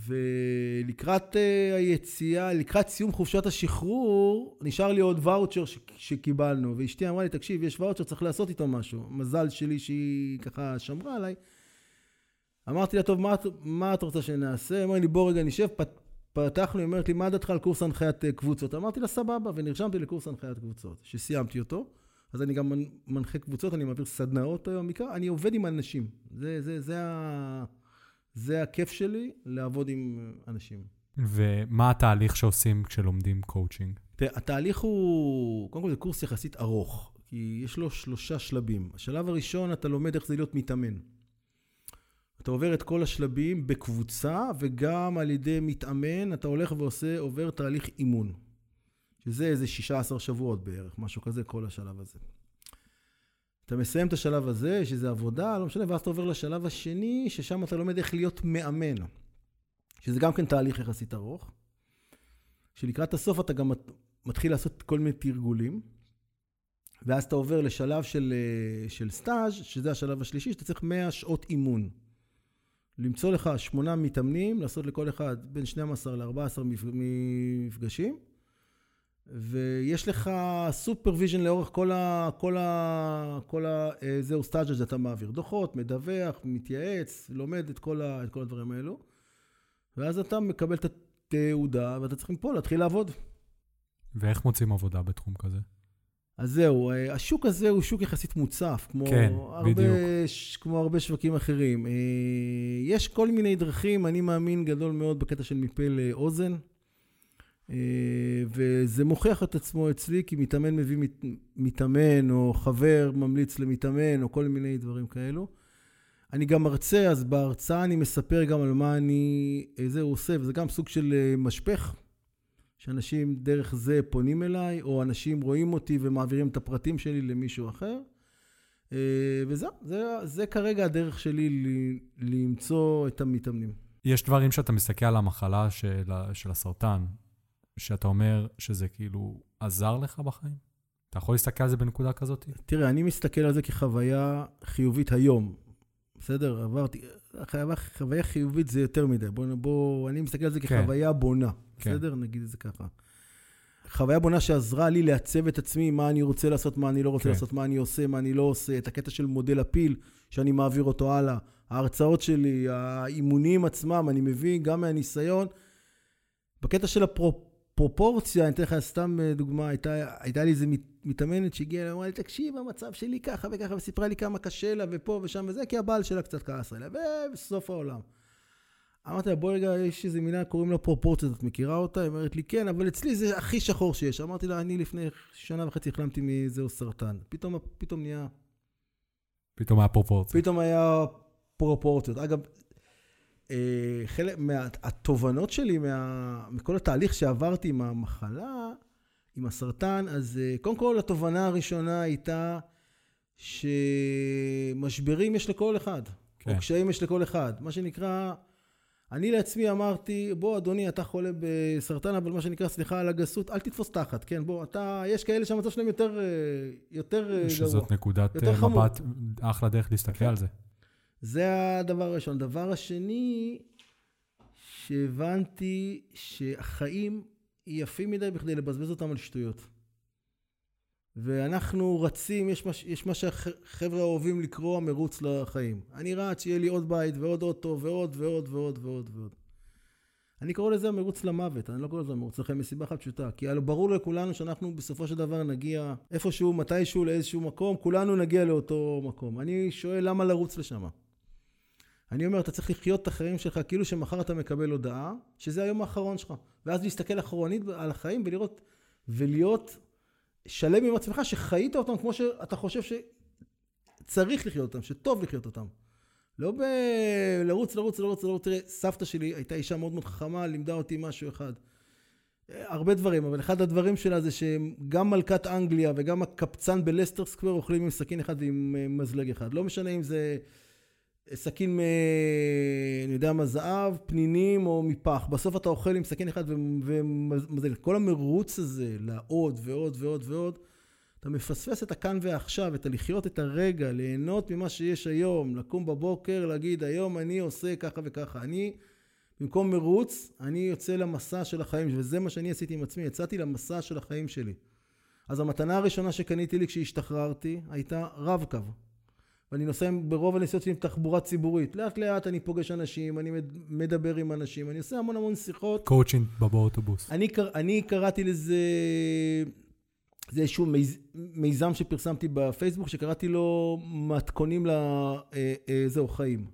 ולקראת היציאה, לקראת סיום חופשת השחרור, נשאר לי עוד ואוצ'ר שקיבלנו, ואשתי אמרה לי, תקשיב, יש ואוצ'ר, צריך לעשות איתו משהו. מזל שלי שהיא ככה שמרה עליי. אמרתי לה, טוב, מה, מה את רוצה שנעשה? אמרה לי, בוא רגע נשב, פת, פתחנו, היא אומרת לי, מה דעתך על קורס הנחיית קבוצות? אמרתי לה, סבבה, ונרשמתי לקורס הנחיית קבוצות, שסיימתי אותו. אז אני גם מנחה קבוצות, אני מעביר סדנאות היום, מקרא, אני עובד עם אנשים. זה, זה, זה, ה... זה הכיף שלי, לעבוד עם אנשים. ומה התהליך שעושים כשלומדים קואוצ'ינג? התהליך הוא, קודם כל זה קורס יחסית ארוך, כי יש לו שלושה שלבים. השלב הראשון, אתה לומד איך זה להיות מתאמן. אתה עובר את כל השלבים בקבוצה, וגם על ידי מתאמן, אתה הולך ועושה, עובר תהליך אימון. שזה איזה שישה עשר שבועות בערך, משהו כזה, כל השלב הזה. אתה מסיים את השלב הזה, שזה עבודה, לא משנה, ואז אתה עובר לשלב השני, ששם אתה לומד איך להיות מאמן. שזה גם כן תהליך יחסית ארוך. שלקראת הסוף אתה גם מתחיל לעשות כל מיני תרגולים, ואז אתה עובר לשלב של, של סטאז', שזה השלב השלישי, שאתה צריך מאה שעות אימון. למצוא לך שמונה מתאמנים, לעשות לכל אחד בין שנים עשר לארבע עשרה מפגשים, ויש לך סופרוויז'ן לאורך כל ה... כל ה... כל ה... זהו סטאז' שאתה מעביר. דוחות, מדווח, מתייעץ, לומד את כל, ה... את כל הדברים האלו. ואז אתה מקבל את התעודה, ואתה צריך מפה להתחיל לעבוד. ואיך מוצאים עבודה בתחום כזה? אז זהו, השוק הזה הוא שוק יחסית מוצף, כמו, כן, הרבה, בדיוק. כמו הרבה שווקים אחרים. יש כל מיני דרכים, אני מאמין גדול מאוד בקטע של מפה לאוזן, וזה מוכיח את עצמו אצלי, כי מתאמן מביא מתאמן, או חבר ממליץ למתאמן, או כל מיני דברים כאלו. אני גם מרצה, אז בהרצאה אני מספר גם על מה אני, זה הוא עושה, וזה גם סוג של משפך, שאנשים דרך זה פונים אליי, או אנשים רואים אותי ומעבירים את הפרטים שלי למישהו אחר. וזהו, זה, זה כרגע הדרך שלי למצוא את המתאמנים. יש דברים שאתה מסתכל על המחלה של, של הסרטן, שאתה אומר שזה כאילו עזר לך בחיים? אתה יכול להסתכל על זה בנקודה כזאת? תראה, אני מסתכל על זה כחוויה חיובית היום. בסדר? עברתי, חוויה חיובית זה יותר מדי. בוא, בוא, אני מסתכל על זה כחוויה כן. בונה. בסדר? כן. נגיד את זה ככה. חוויה בונה שעזרה לי לעצב את עצמי, מה אני רוצה לעשות, מה אני לא רוצה כן. לעשות, מה אני עושה, מה אני לא עושה, את הקטע של מודל הפיל, שאני מעביר אותו הלאה, ההרצאות שלי, האימונים עצמם, אני מביא גם מהניסיון. בקטע של הפרופורציה, אני אתן לך סתם דוגמה, הייתה, הייתה לי איזה מתאמנת שהגיעה, אמרה לי, תקשיב, המצב שלי ככה וככה, וסיפרה לי כמה קשה לה, ופה ושם וזה, כי הבעל שלה קצת כעס עליה, ובסוף העולם. אמרתי לה, בוא רגע, יש איזו מילה, קוראים לה פרופורציה, את מכירה אותה? היא אומרת לי, כן, אבל אצלי זה הכי שחור שיש. אמרתי לה, אני לפני שנה וחצי החלמתי מזהו סרטן. פתאום, פתאום נהיה... פתאום היה פרופורציה. פתאום היה פרופורציות. אגב, חלק מהתובנות שלי, מה, מכל התהליך שעברתי עם המחלה, עם הסרטן, אז קודם כל התובנה הראשונה הייתה שמשברים יש לכל אחד, כן. או קשיים יש לכל אחד. מה שנקרא, אני לעצמי אמרתי, בוא אדוני, אתה חולה בסרטן, אבל מה שנקרא, סליחה על הגסות, אל תתפוס תחת, כן, בוא, אתה, יש כאלה שהמצב שלהם יותר, יותר גרוע. שזאת נקודת מבט, אחלה דרך להסתכל על זה. זה הדבר הראשון. דבר השני, שהבנתי שהחיים יפים מדי בכדי לבזבז אותם על שטויות. ואנחנו רצים, יש מה, יש מה שהחבר'ה אוהבים לקרוא מרוץ לחיים. אני רץ שיהיה לי עוד בית ועוד אוטו ועוד ועוד ועוד ועוד ועוד. אני קורא לזה מרוץ למוות, אני לא קורא לזה מרוץ לחיים מסיבה אחת פשוטה. כי ברור לכולנו שאנחנו בסופו של דבר נגיע איפשהו, מתישהו, לאיזשהו מקום, כולנו נגיע לאותו מקום. אני שואל למה לרוץ לשם. אני אומר, אתה צריך לחיות את החיים שלך, כאילו שמחר אתה מקבל הודעה, שזה היום האחרון שלך. ואז להסתכל אחרונית על החיים ולראות, ולהיות שלם עם עצמך, שחיית אותם כמו שאתה חושב שצריך לחיות אותם, שטוב לחיות אותם. לא בלרוץ, לרוץ, לרוץ, לרוץ. תראה, סבתא שלי הייתה אישה מאוד מאוד חכמה, לימדה אותי משהו אחד. הרבה דברים, אבל אחד הדברים שלה זה שגם מלכת אנגליה וגם הקפצן בלסטר סקוור אוכלים עם סכין אחד ועם מזלג אחד. לא משנה אם זה סכין, אני יודע מה, זהב, פנינים או מפח. בסוף אתה אוכל עם סכין אחד ומזלג. כל המרוץ הזה לעוד ועוד ועוד ועוד, אתה מפספס את הכאן ועכשיו, את הלחיות את הרגע, ליהנות ממה שיש היום, לקום בבוקר, להגיד היום אני עושה ככה וככה. אני, במקום מרוץ, אני יוצא למסע של החיים, וזה מה שאני עשיתי עם עצמי, יצאתי למסע של החיים שלי. אז המתנה הראשונה שקניתי לי כשהשתחררתי, הייתה רב-קו. ואני נוסע ברוב הנסיעות שלי עם תחבורה ציבורית. לאט לאט אני פוגש אנשים, אני מדבר עם אנשים, אני עושה המון המון שיחות. קואוצ'ינג באוטובוס. אני, אני קראתי לזה, זה איזשהו מיז, מיזם שפרסמתי בפייסבוק, שקראתי לו מתכונים לזהו חיים.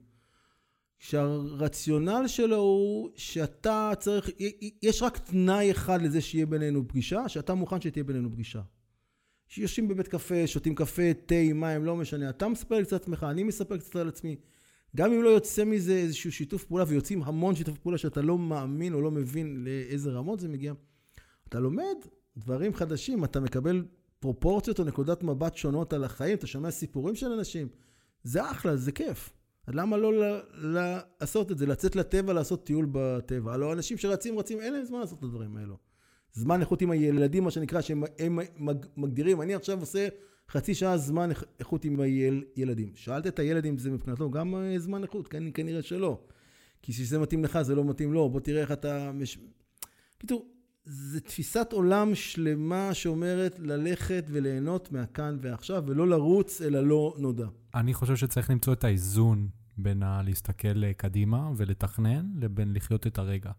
שהרציונל שלו הוא שאתה צריך, יש רק תנאי אחד לזה שיהיה בינינו פגישה, שאתה מוכן שתהיה בינינו פגישה. שיושבים בבית קפה, שותים קפה, תה, מים, לא משנה. אתה מספר לי קצת עצמך, אני מספר קצת על עצמי. גם אם לא יוצא מזה איזשהו שיתוף פעולה, ויוצאים המון שיתוף פעולה שאתה לא מאמין או לא מבין לאיזה רמות זה מגיע, אתה לומד דברים חדשים, אתה מקבל פרופורציות או נקודת מבט שונות על החיים, אתה שומע סיפורים של אנשים. זה אחלה, זה כיף. למה לא לעשות את זה? לצאת לטבע, לעשות טיול בטבע. הלוא אנשים שרצים, רצים, אין להם זמן לעשות את הדברים האלו. זמן איכות עם הילדים, מה שנקרא, שהם מגדירים. אני עכשיו עושה חצי שעה זמן איכות עם הילדים. שאלת את הילד אם זה מבחינתו גם זמן איכות? כנראה שלא. כי שזה מתאים לך, זה לא מתאים לו. בוא תראה איך אתה... פתאום, זה תפיסת עולם שלמה שאומרת ללכת וליהנות מהכאן ועכשיו, ולא לרוץ אלא לא נודע. אני חושב שצריך למצוא את האיזון בין להסתכל קדימה ולתכנן, לבין לחיות את הרגע.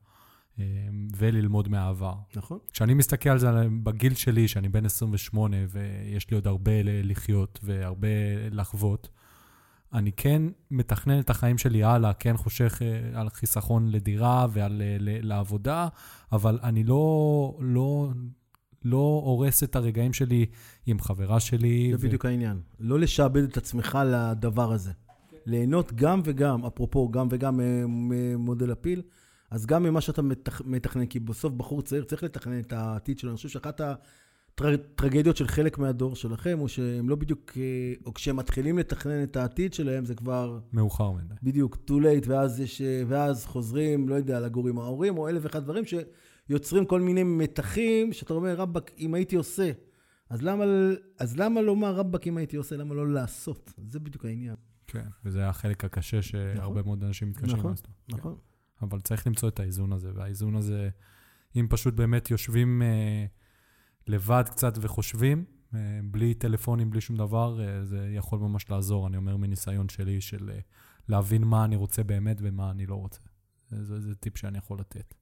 וללמוד מהעבר. נכון. כשאני מסתכל על זה בגיל שלי, שאני בן עשרים ושמונה, ויש לי עוד הרבה לחיות והרבה לחוות, אני כן מתכנן את החיים שלי הלאה, כן חושך על חיסכון לדירה ועל לעבודה, אבל אני לא, לא, לא הורס את הרגעים שלי עם חברה שלי. זה ו... בדיוק העניין. לא לשעבד את עצמך לדבר הזה. ליהנות גם וגם, אפרופו גם וגם מודל הפיל, אז גם ממה שאתה מתכנן, כי בסוף בחור צעיר צריך לתכנן את העתיד שלו. אני חושב שאחת הטרגדיות של חלק מהדור שלכם, הוא שהם לא בדיוק, או כשהם מתחילים לתכנן את העתיד שלהם, זה כבר... מאוחר מדי. בדיוק, too late, ואז, יש, ואז חוזרים, לא יודע, לגור עם ההורים, או אלף ואחד דברים שיוצרים כל מיני מתחים, שאתה אומר, רבק, אם הייתי עושה, אז למה, אז למה לא מה רבק אם הייתי עושה, למה לא לעשות? זה בדיוק העניין. כן, וזה החלק הקשה שהרבה מאוד אנשים מתקשים לעשות. נכון. אבל צריך למצוא את האיזון הזה, והאיזון הזה, אם פשוט באמת יושבים אה, לבד קצת וחושבים, אה, בלי טלפונים, בלי שום דבר, אה, זה יכול ממש לעזור, אני אומר מניסיון שלי, של אה, להבין מה אני רוצה באמת ומה אני לא רוצה. זה, זה, זה טיפ שאני יכול לתת.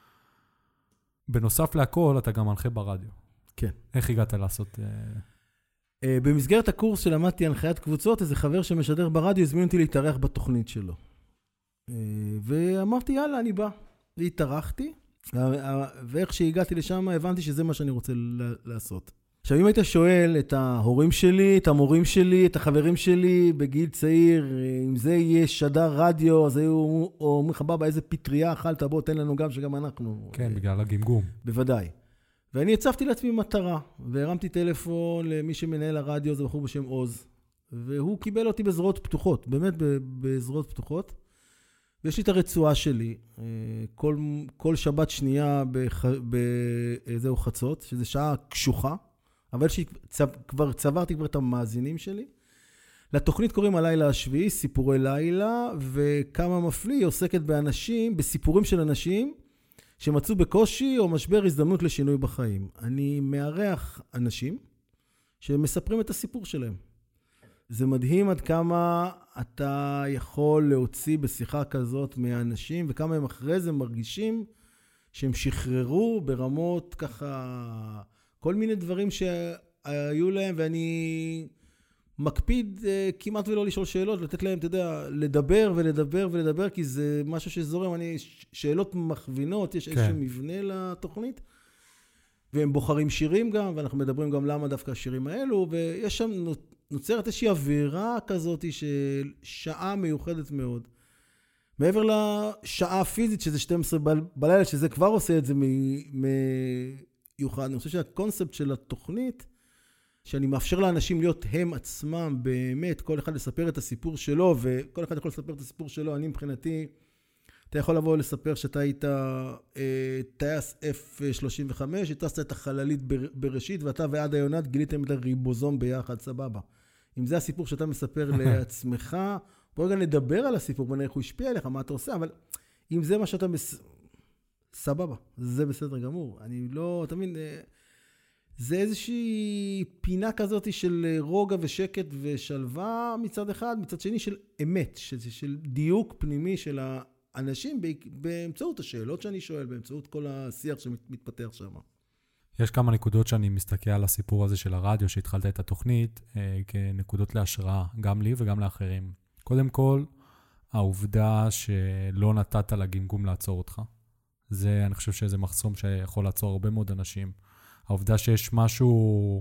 בנוסף להכל, אתה גם מנחה ברדיו. כן. איך הגעת לעשות... אה... אה, במסגרת הקורס שלמדתי הנחיית קבוצות, איזה חבר שמשדר ברדיו, הזמין אותי להתארח בתוכנית שלו. ואמרתי, יאללה, אני בא. והתארחתי, ואיך שהגעתי לשם, הבנתי שזה מה שאני רוצה לעשות. עכשיו, אם היית שואל את ההורים שלי, את המורים שלי, את החברים שלי בגיל צעיר, אם זה יהיה שדר רדיו, אז היו אומרים לך, בבא, איזה פטריה אכלת, בוא, תן לנו גם שגם אנחנו... כן, בגלל הגמגום. בוודאי. ואני הצבתי לעצמי מטרה, והרמתי טלפון למי שמנהל הרדיו, זה בחור בשם עוז, והוא קיבל אותי בזרועות פתוחות, באמת בזרועות פתוחות. ויש לי את הרצועה שלי, כל, כל שבת שנייה באיזהו חצות, שזה שעה קשוחה, אבל שכבר צברתי כבר את המאזינים שלי. לתוכנית קוראים הלילה השביעי, סיפורי לילה, וכמה מפליא, היא עוסקת באנשים, בסיפורים של אנשים, שמצאו בקושי או משבר הזדמנות לשינוי בחיים. אני מארח אנשים שמספרים את הסיפור שלהם. זה מדהים עד כמה אתה יכול להוציא בשיחה כזאת מהאנשים, וכמה הם אחרי זה מרגישים שהם שחררו ברמות ככה, כל מיני דברים שהיו להם, ואני מקפיד uh, כמעט ולא לשאול שאלות, לתת להם, אתה יודע, לדבר ולדבר ולדבר, כי זה משהו שזורם, אני, שאלות מכווינות, יש כן. איזשהו מבנה לתוכנית, והם בוחרים שירים גם, ואנחנו מדברים גם למה דווקא השירים האלו, ויש שם נוצרת איזושהי אווירה כזאת של שעה מיוחדת מאוד. מעבר לשעה הפיזית, שזה שתים עשרה בלילה, שזה כבר עושה את זה מיוחד. אני חושב שהקונספט של התוכנית, שאני מאפשר לאנשים להיות הם עצמם, באמת, כל אחד לספר את הסיפור שלו, וכל אחד יכול לספר את הסיפור שלו. אני מבחינתי, אתה יכול לבוא לספר שאתה היית אה, טייס אף שלושים וחמש, הטסת את החללית בראשית, ואתה ועד היונת גיליתם את הריבוזום ביחד, סבבה. אם זה הסיפור שאתה מספר לעצמך, בוא רגע נדבר על הסיפור, בוא נראה איך הוא השפיע עליך, מה אתה עושה, אבל אם זה מה שאתה מס... סבבה, זה בסדר גמור. אני לא, אתה מבין, זה איזושהי פינה כזאת של רוגע ושקט ושלווה מצד אחד, מצד שני של אמת, של, של דיוק פנימי של האנשים באמצעות השאלות שאני שואל, באמצעות כל השיח שמתפתח שם. יש כמה נקודות שאני מסתכל על הסיפור הזה של הרדיו, שהתחלת את התוכנית, כנקודות להשראה, גם לי וגם לאחרים. קודם כל, העובדה שלא נתת לגמגום לעצור אותך. זה, אני חושב שזה מחסום שיכול לעצור הרבה מאוד אנשים. העובדה שיש משהו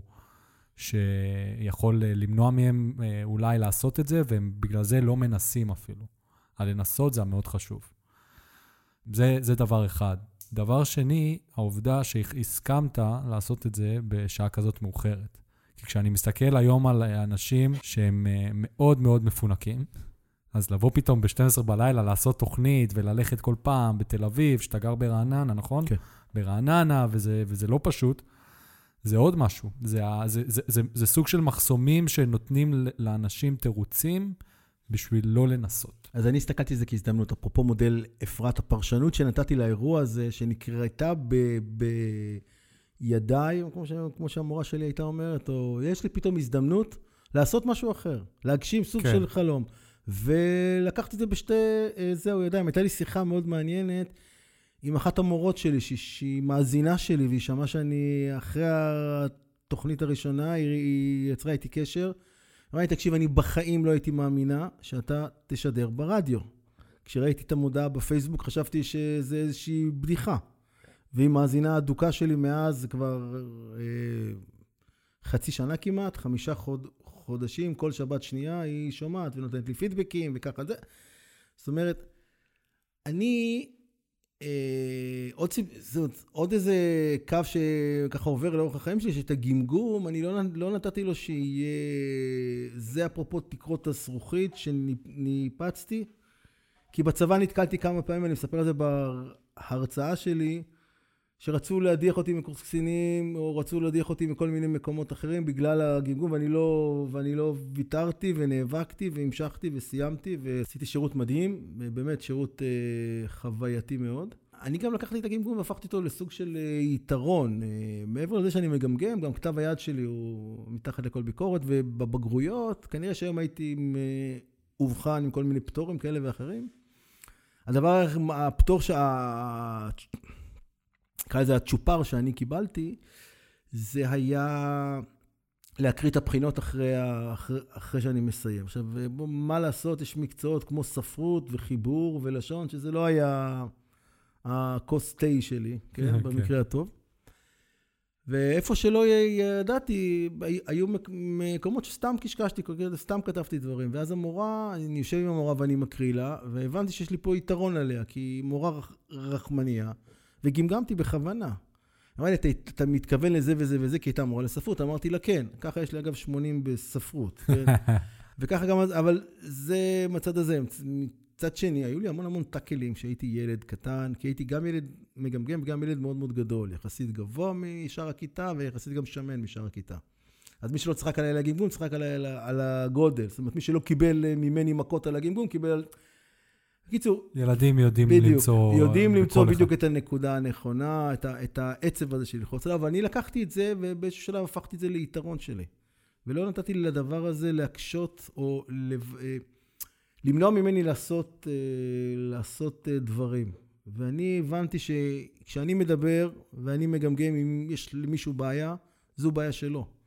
שיכול למנוע מהם אולי לעשות את זה, והם בגלל זה לא מנסים אפילו. הלנסות זה מאוד חשוב. זה, זה דבר אחד. דבר שני, העובדה שהסכמת לעשות את זה בשעה כזאת מאוחרת. כי כשאני מסתכל היום על אנשים שהם מאוד מאוד מפונקים, אז לבוא פתאום ב-שתים עשרה בלילה לעשות תוכנית וללכת כל פעם בתל אביב, שאתה גר ברעננה, נכון? כן. ברעננה, וזה, וזה לא פשוט. זה עוד משהו. זה, זה, זה, זה, זה סוג של מחסומים שנותנים לאנשים תירוצים בשביל לא לנסות. אז אני הסתכלתי על זה כהזדמנות, אפרופו מודל אפרת, הפרשנות שנתתי לאירוע הזה, שנקראתה ב... ב... ידיים, כמו, ש... כמו שהמורה שלי הייתה אומרת, או יש לי פתאום הזדמנות לעשות משהו אחר, להגשים סוג כן. של חלום. ולקחתי את זה בשתי, זהו, ידיים. הייתה לי שיחה מאוד מעניינת עם אחת המורות שלי, שהיא מאזינה שלי, והיא שמעה שאני, אחרי התוכנית הראשונה, היא יצרה איתי קשר. אמרתי, תקשיב, אני בחיים לא הייתי מאמינה שאתה תשדר ברדיו. כשראיתי את המודעה בפייסבוק, חשבתי שזה איזושהי בדיחה. והיא מאזינה הדוקה שלי מאז, זה כבר אה, חצי שנה כמעט, חמישה חוד, חודשים, כל שבת שנייה היא שומעת ונותנת לי פידבקים וככה זה. זאת אומרת, אני, אה, עוד, זאת, עוד איזה קו שככה עובר לאורך החיים שלי, שאת הגמגום, אני לא, לא נתתי לו שיהיה, זה אפרופו תקרות הזכוכית שניפצתי, כי בצבא נתקלתי כמה פעמים, אני מספר על זה בהרצאה שלי, שרצו להדיח אותי מקורס קצינים, או רצו להדיח אותי מכל מיני מקומות אחרים, בגלל הגמגום, ואני לא, ואני לא ויתרתי ונאבקתי והמשכתי וסיימתי, ועשיתי שירות מדהים, באמת שירות אה, חווייתי מאוד. אני גם לקחתי את הגמגום והפכתי אותו לסוג של אה, יתרון. אה, מעבר לזה שאני מגמגם, גם כתב היד שלי הוא מתחת לכל ביקורת, ובבגרויות, כנראה שהיום הייתי מאובחן עם כל מיני פטורים כאלה ואחרים. הדבר, הפטור שה... קרא לזה הצ'ופר שאני קיבלתי, זה היה להקריא את הבחינות אחרי, אחרי, אחרי שאני מסיים. עכשיו, בוא, מה לעשות? יש מקצועות כמו ספרות וחיבור ולשון, שזה לא היה הכוס תה שלי, כן? במקרה הטוב. ואיפה שלא ידעתי, היו מקומות שסתם קשקשתי, סתם כתבתי דברים. ואז המורה, אני יושב עם המורה ואני מקריא לה, והבנתי שיש לי פה יתרון עליה, כי היא מורה רחמניה. וגמגמתי בכוונה. אמרתי, אתה, אתה מתכוון לזה וזה וזה, כי הייתה אמורה לספרות. אמרתי לה, כן. ככה יש לי אגב שמונים בספרות. כן? וככה גם, אבל זה מצד הזה. מצד שני, היו לי המון המון טקלים שהייתי ילד קטן, כי הייתי גם ילד מגמגם וגם ילד מאוד מאוד גדול. יחסית גבוה משאר הכיתה, ויחסית גם שמן משאר הכיתה. אז מי שלא צחק עליי לגמגום, צחק עליי על הגודל. זאת אומרת, מי שלא קיבל ממני מכות על הגמגום, קיבל... בקיצור, ילדים יודעים בדיוק, למצוא... יודעים למצוא בדיוק אחד. את הנקודה הנכונה, את, ה, את העצב הזה של ללחוץ עליו, ואני לקחתי את זה, ובאיזשהו שלב הפכתי את זה ליתרון שלי. ולא נתתי לדבר הזה להקשות, או לב, למנוע ממני לעשות, לעשות דברים. ואני הבנתי שכשאני מדבר, ואני מגמגם, אם יש למישהו בעיה, זו בעיה שלו.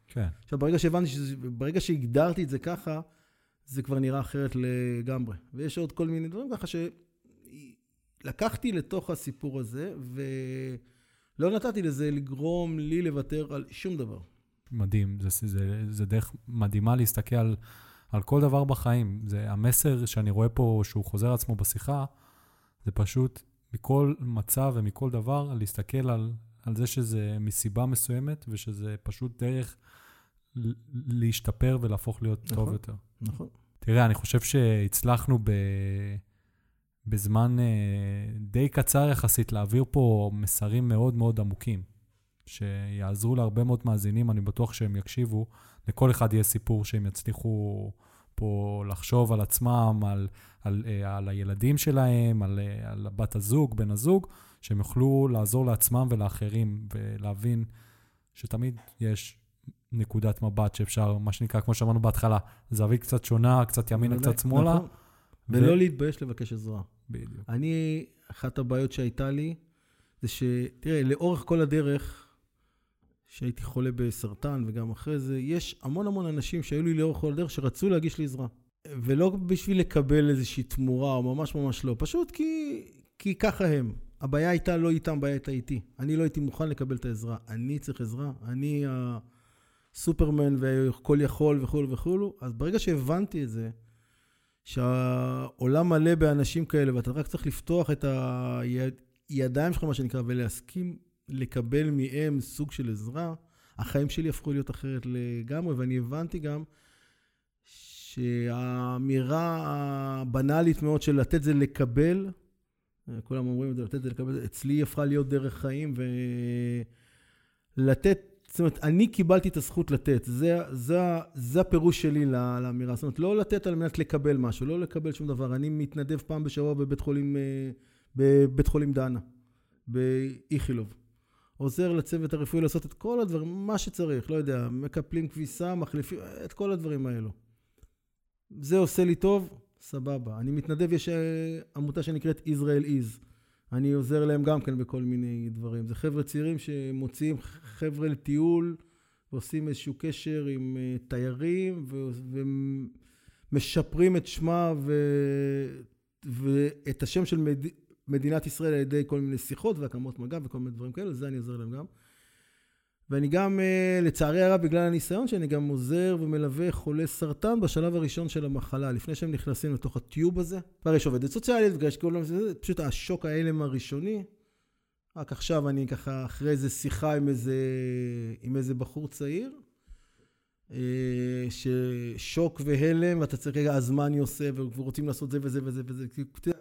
כן. עכשיו, ברגע שהבנתי, שזה, ברגע שהגדרתי את זה ככה, זה כבר נראה אחרת לגמרי. ויש עוד כל מיני דברים ככה שלקחתי לתוך הסיפור הזה, ולא נתתי לזה לגרום לי לוותר על שום דבר. מדהים, זה, זה, זה דרך מדהימה להסתכל על, על כל דבר בחיים. זה המסר שאני רואה פה שהוא חוזר עצמו בשיחה, זה פשוט מכל מצב ומכל דבר להסתכל על, על זה שזה מסיבה מסוימת, ושזה פשוט דרך להשתפר ולהפוך להיות נכון, טוב יותר. נכון. תראה, אני חושב שהצלחנו ב... בזמן די קצר יחסית להעביר פה מסרים מאוד מאוד עמוקים, שיעזרו להרבה מאוד מאזינים, אני בטוח שהם יקשיבו, לכל אחד יהיה סיפור שהם יצליחו פה לחשוב על עצמם, על, על, על הילדים שלהם, על, על בת הזוג, בן הזוג, שהם יוכלו לעזור לעצמם ולאחרים, ולהבין שתמיד יש נקודת מבט שאפשר, מה שנקרא, כמו שאמרנו בהתחלה, זווית קצת שונה, קצת ימינה, קצת שמאלה. נכון. ולא להתבייש לבקש עזרה. בדיוק. אני, אחת הבעיות שהייתה לי, זה שתראה, לאורך כל הדרך, שהייתי חולה בסרטן וגם אחרי זה, יש המון המון אנשים שהיו לי לאורך כל הדרך שרצו להגיש לי עזרה. ולא בשביל לקבל איזושהי תמורה, או ממש ממש לא. פשוט כי, כי ככה הם. הבעיה הייתה לא איתם, הבעיה הייתה איתי. אני לא הייתי מוכן לקבל את העזרה. אני צריך עזרה. אני הסופרמן וכל יכול וכו' וכו'. אז ברגע שהבנתי את זה, שהעולם מלא באנשים כאלה, ואתה רק צריך לפתוח את הידיים שלך, מה שנקרא, ולהסכים לקבל מהם סוג של עזרה, החיים שלי הפכו להיות אחרת לגמרי, ואני הבנתי גם שהאמירה הבנאלית מאוד של לתת זה לקבל, כולם אומרים את זה, לתת זה לקבל, אצלי הפכה להיות דרך חיים, ולתת, זאת אומרת, אני קיבלתי את הזכות לתת, זה, זה, זה הפירוש שלי לאמירה, זאת אומרת, לא לתת על מנת לקבל משהו, לא לקבל שום דבר, אני מתנדב פעם בשבוע בבית חולים, בבית חולים דנה, באיכילוב. עוזר לצוות הרפואי לעשות את כל הדברים, מה שצריך, לא יודע, מקפלים כביסה, מחליפים, את כל הדברים האלו. זה עושה לי טוב, סבבה. אני מתנדב, יש עמותה שנקראת Israel Is. אני עוזר להם גם כן בכל מיני דברים. זה חבר'ה צעירים שמוציאים חבר'ה לטיול, ועושים איזשהו קשר עם תיירים, ומשפרים את שמה ו... ואת השם של מד... מדינת ישראל על ידי כל מיני שיחות והקמות מגע וכל מיני דברים כאלה, זה אני עוזר להם גם. ואני גם, לצערי הרב, בגלל הניסיון שאני גם עוזר ומלווה חולי סרטן בשלב הראשון של המחלה, לפני שהם נכנסים לתוך הטיוב הזה. כבר יש עובדת סוציאלית, זה פשוט השוק ההלם הראשוני. רק עכשיו אני ככה, אחרי איזה שיחה עם איזה, עם איזה בחור צעיר, ששוק והלם, ואתה צריך רגע, אז מה אני עושה, ורוצים לעשות זה וזה וזה וזה.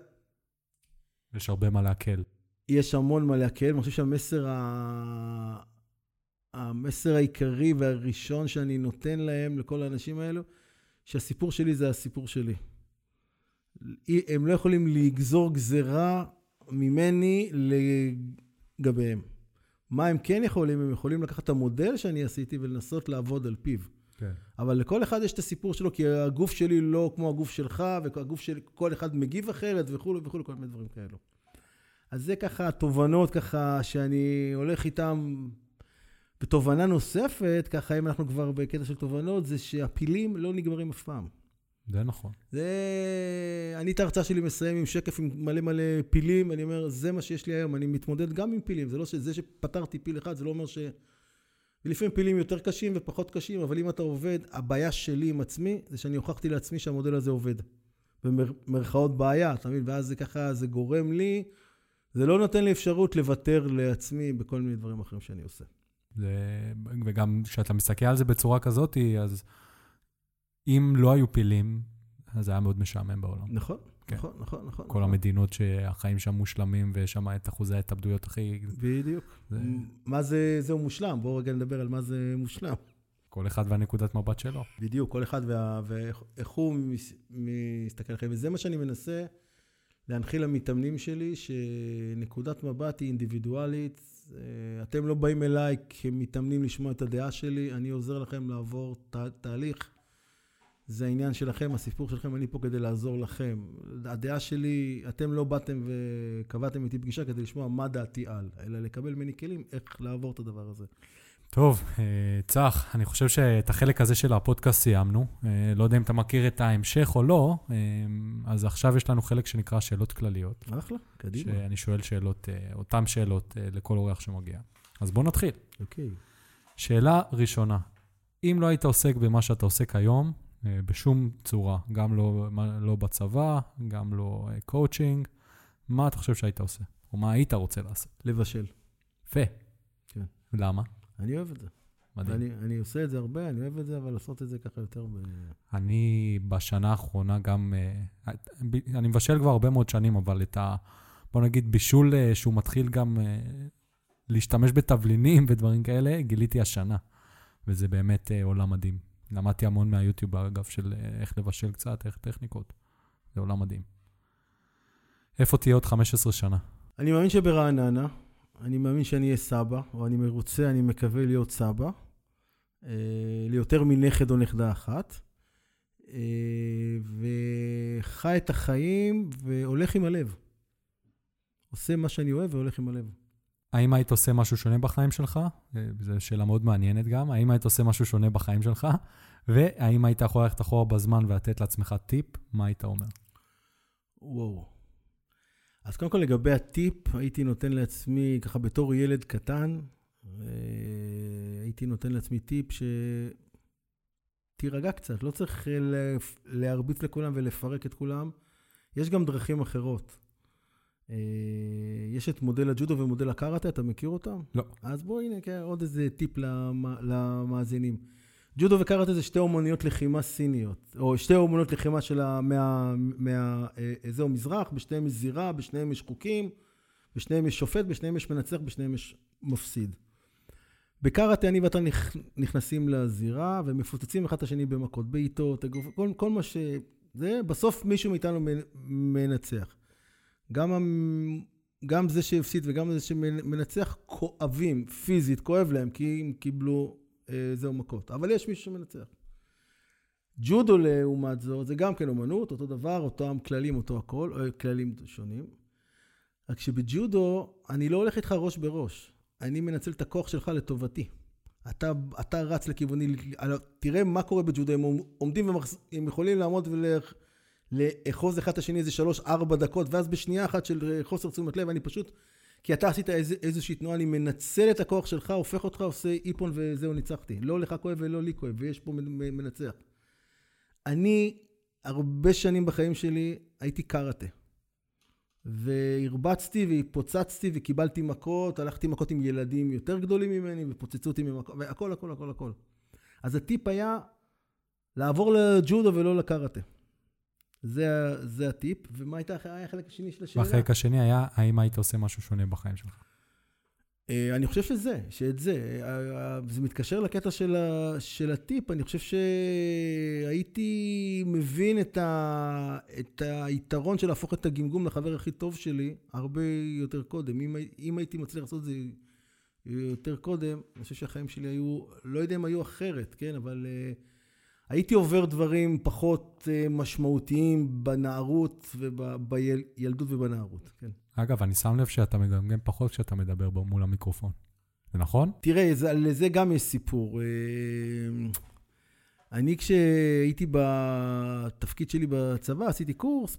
יש הרבה מה להקל. יש המון מה להקל. אני חושב שהמסר ה... המסר העיקרי והראשון שאני נותן להם, לכל האנשים האלו, שהסיפור שלי זה הסיפור שלי. הם לא יכולים לגזור גזרה ממני לגביהם. מה הם כן יכולים? הם יכולים לקחת את המודל שאני עשיתי ולנסות לעבוד על פיו. כן. אבל לכל אחד יש את הסיפור שלו, כי הגוף שלי לא כמו הגוף שלך, והגוף של כל אחד מגיב אחרת וכו' וכו', כל מיני דברים כאלו. אז זה ככה התובנות ככה שאני הולך איתם, בתובנה נוספת, ככה אם אנחנו כבר בקטע של תובנות, זה שהפילים לא נגמרים אף פעם. זה נכון. זה, אני את ההרצאה שלי מסיים עם שקף עם מלא מלא פילים, אני אומר, זה מה שיש לי היום, אני מתמודד גם עם פילים, זה לא שזה שפתרתי פיל אחד, זה לא אומר ש... ולפעמים פילים יותר קשים ופחות קשים, אבל אם אתה עובד, הבעיה שלי עם עצמי, זה שאני הוכחתי לעצמי שהמודל הזה עובד. במרכאות בעיה, אתה מבין? ואז זה ככה, זה גורם לי, זה לא נותן לי אפשרות לוותר לעצמי בכל מיני דברים אחרים שאני עושה. זה, וגם כשאתה מסתכל על זה בצורה כזאת, אז אם לא היו פילים, אז זה היה מאוד משעמם בעולם. נכון, כן. נכון, נכון, נכון. כל נכון. המדינות שהחיים שם מושלמים, ושם את אחוזי ההתאבדויות הכי... בדיוק. זה... מה זה, זהו מושלם? בואו רגע נדבר על מה זה מושלם. כל אחד והנקודת מבט שלו. בדיוק, כל אחד וה... ואיך הוא מסתכל אחרי. וזה מה שאני מנסה להנחיל למתאמנים שלי, שנקודת מבט היא אינדיבידואלית. אתם לא באים אליי כמתאמנים לשמוע את הדעה שלי, אני עוזר לכם לעבור תה, תהליך. זה העניין שלכם, הסיפור שלכם, אני פה כדי לעזור לכם. הדעה שלי, אתם לא באתם וקבעתם איתי פגישה כדי לשמוע מה דעתי על, אלא לקבל מני כלים איך לעבור את הדבר הזה. טוב, צח, אני חושב שאת החלק הזה של הפודקאסט סיימנו. לא יודע אם אתה מכיר את ההמשך או לא, אז עכשיו יש לנו חלק שנקרא שאלות כלליות. אחלה, קדימה. שאני שואל שאלות, אותם שאלות לכל אורח שמגיע. אז בוא נתחיל. אוקיי. שאלה ראשונה, אם לא היית עוסק במה שאתה עוסק היום, בשום צורה, גם לא, לא בצבא, גם לא קואוצ'ינג, מה אתה חושב שהיית עושה? או מה היית רוצה לעשות? לבשל. יפה. כן. למה? אני אוהב את זה. מדהים. אני, אני עושה את זה הרבה, אני אוהב את זה, אבל לעשות את זה ככה יותר ב... אני בשנה האחרונה גם, אני מבשל כבר הרבה מאוד שנים, אבל את ה... בוא נגיד, בישול שהוא מתחיל גם להשתמש בתבלינים ודברים כאלה, גיליתי השנה. וזה באמת עולם מדהים. למדתי המון מהיוטיוב, אגב, של איך לבשל קצת, איך טכניקות. זה עולם מדהים. איפה תהיה עוד חמש עשרה שנה? אני מאמין שברעננה, אני מאמין שאני אהיה סבא, או אני מרוצה, אני מקווה להיות סבא, ליותר מנכד או נכדה אחת, וחי את החיים והולך עם הלב. עושה מה שאני אוהב והולך עם הלב. האם היית עושה משהו שונה בחיים שלך? זו שאלה מאוד מעניינת גם. האם היית עושה משהו שונה בחיים שלך? והאם היית יכול ללכת אחורה בזמן ולתת לעצמך טיפ? מה היית אומר? וואו. אז קודם כל לגבי הטיפ, הייתי נותן לעצמי, ככה בתור ילד קטן, הייתי נותן לעצמי טיפ שתירגע קצת, לא צריך להרביץ לכולם ולפרק את כולם. יש גם דרכים אחרות. יש את מודל הג'ודו ומודל הקארטה, אתה מכיר אותם? לא. אז בואו הנה, עוד איזה טיפ למאזינים. ג'ודו וקארטה זה שתי אומנויות לחימה סיניות, או שתי אומנויות לחימה של זהו מזרח, בשניהם יש זירה, בשניהם יש חוקים, בשניהם יש שופט, בשניהם יש מנצח, בשניהם יש מפסיד. בקארטה אני ואתה נכנסים לזירה, ומפוצצים אחד את השני במכות, בעיטות, כל, כל מה שזה, בסוף מישהו מאיתנו מנצח. גם, גם זה שהפסיד וגם זה שמנצח כואבים, פיזית, כואב להם, כי הם קיבלו אה, זהו מכות. אבל יש מישהו שמנצח. ג'ודו לעומת זו, זה גם כן אומנות, אותו דבר, אותם כללים, אותו הכל, או כללים שונים. רק שבג'ודו, אני לא הולך איתך ראש בראש. אני מנצל את הכוח שלך לטובתי. אתה, אתה רץ לכיווני, תראה מה קורה בג'ודו, הם עומדים והם יכולים לעמוד ולך, לאחוז אחד השני איזה שלוש, ארבע דקות, ואז בשנייה אחת של חוסר תשומת לב, אני פשוט, כי אתה עשית איז, איזושהי תנועה, אני מנצל את הכוח שלך, הופך אותך, עושה איפון וזהו ניצחתי. לא לך כואב ולא לי כואב, ויש פה מנצח. אני, הרבה שנים בחיים שלי, הייתי קארטה. והרבצתי והפוצצתי וקיבלתי מכות, הלכתי מכות עם ילדים יותר גדולים ממני, ופוצצו אותי ממכות, והכל, הכל, הכל, הכל. אז הטיפ היה לעבור לג'ודו ולא לקארטה. זה, זה הטיפ, ומה הייתה החלק השני של השאלה? והחלק השני היה, האם היית עושה משהו שונה בחיים שלך? אני חושב שזה, שאת זה, זה מתקשר לקטע של, ה, של הטיפ, אני חושב שהייתי מבין את, ה, את היתרון של להפוך את הגמגום לחבר הכי טוב שלי, הרבה יותר קודם. אם, אם הייתי מצליח לעשות את זה יותר קודם, אני חושב שהחיים שלי היו, לא יודע אם היו אחרת, כן, אבל... הייתי עובר דברים פחות משמעותיים בנערות ובילדות ובנערות, כן. אגב, אני שם לב שאתה מגמגם פחות כשאתה מדבר מול המיקרופון. זה נכון? תראה, לזה גם יש סיפור. אני כשהייתי בתפקיד שלי בצבא, עשיתי קורס,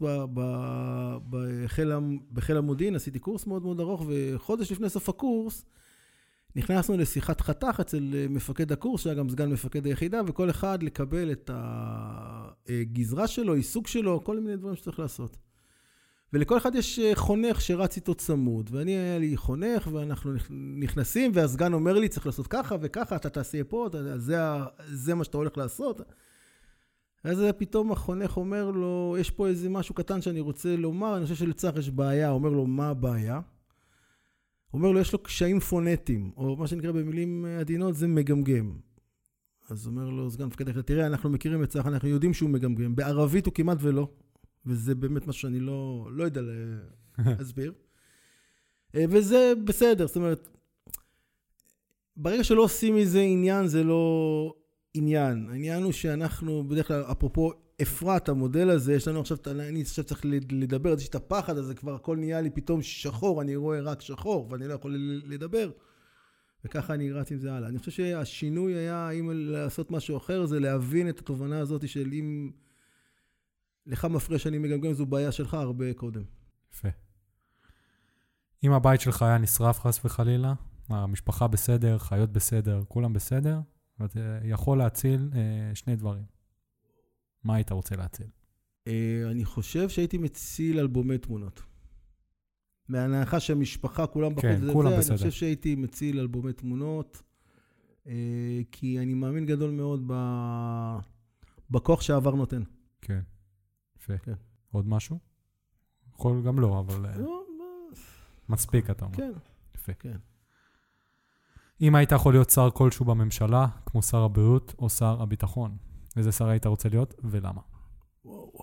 בחיל המודיעין עשיתי קורס מאוד מאוד ארוך, וחודש לפני סוף הקורס, נכנסנו לשיחת חתך אצל מפקד הקורס, שהיה גם סגן מפקד היחידה, וכל אחד לקבל את הגזרה שלו, עיסוק שלו, כל מיני דברים שצריך לעשות. ולכל אחד יש חונך שרץ איתו צמוד, ואני היה לי חונך, ואנחנו נכנסים, והסגן אומר לי, צריך לעשות ככה וככה, אתה תעשה פה, זה, זה מה שאתה הולך לעשות. אז פתאום החונך אומר לו, יש פה איזה משהו קטן שאני רוצה לומר, אני חושב שלצח יש בעיה, אומר לו, מה הבעיה? הוא אומר לו, יש לו קשיים פונטיים, או מה שנקרא במילים עדינות, זה מגמגם. אז אומר לו, סגן מפקד היחידה, תראה, אנחנו מכירים את צח, אנחנו יודעים שהוא מגמגם. בערבית הוא כמעט ולא, וזה באמת מה שאני לא, לא יודע להסביר. וזה בסדר, זאת אומרת, ברגע שלא עושים מזה עניין, זה לא עניין. העניין הוא שאנחנו, בדרך כלל, אפרופו אפרת, המודל הזה, יש לנו עכשיו, אני עכשיו צריך לדבר, יש את הפחד הזה, כבר הכל נהיה לי פתאום שחור, אני רואה רק שחור, ואני לא יכול לדבר. וככה אני רץ עם זה הלאה. אני חושב שהשינוי היה, אם לעשות משהו אחר, זה להבין את התובנה הזאת של אם לך מפריע שאני מגמגם, זו בעיה שלך הרבה קודם. יפה. אם הבית שלך היה נשרף חס וחלילה, המשפחה בסדר, חיות בסדר, כולם בסדר, ואתה יכול להציל אה, שני דברים. מה היית רוצה להציל? אה, אני חושב שהייתי מציל אלבומי תמונות. מההנחה שהמשפחה כולם בחוץ, כן, וזה כולם זה, בסדר. אני חושב שהייתי מציל אלבומי תמונות, אה, כי אני מאמין גדול מאוד ב... בכוח שהעבר נותן. כן, יפה. כן. עוד משהו? יכול גם לא, אבל אה, לא, מספיק אתה אומר. כן, יפה. כן. אם היית יכול להיות שר כלשהו בממשלה, כמו שר הבריאות או שר הביטחון, איזה שר היית רוצה להיות ולמה? וואו.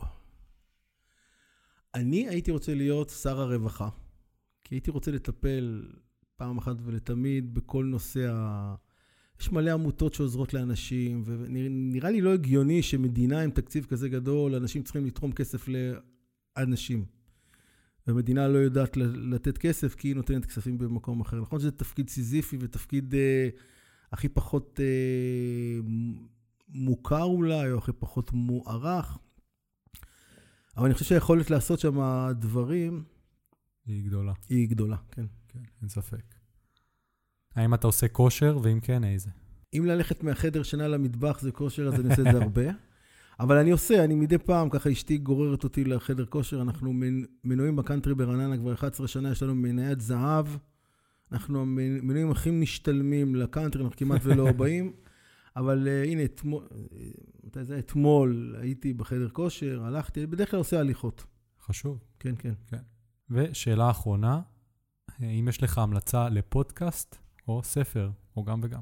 אני הייתי רוצה להיות שר הרווחה, כי הייתי רוצה לטפל פעם אחת ולתמיד בכל נושא ה... יש מלא עמותות שעוזרות לאנשים, ונראה לי לא הגיוני שמדינה עם תקציב כזה גדול, אנשים צריכים לתרום כסף לאנשים. והמדינה לא יודעת לתת כסף, כי היא נותנת כספים במקום אחר. נכון שזה תפקיד סיזיפי ותפקיד אה, הכי פחות אה, מוכר אולי, או הכי פחות מוערך. אבל אני חושב שהיכולת לעשות שם דברים... היא גדולה. היא גדולה, כן. כן, אין ספק. האם אתה עושה כושר, ואם כן, איזה? אם ללכת מהחדר שינה למטבח זה כושר, אז אני עושה את זה הרבה. אבל אני עושה, אני מדי פעם, ככה אשתי גוררת אותי לחדר כושר, אנחנו מנויים בקאנטרי ברעננה כבר אחת עשרה שנה, יש לנו מניית זהב, אנחנו המנויים הכי משתלמים לקאנטרי, אנחנו כמעט ולא באים, אבל uh, הנה, אתמול, מתי זה? אתמול הייתי בחדר כושר, הלכתי, בדרך כלל עושה הליכות. חשוב. כן, כן. כן. ושאלה אחרונה, אם יש לך המלצה לפודקאסט או ספר, או גם וגם.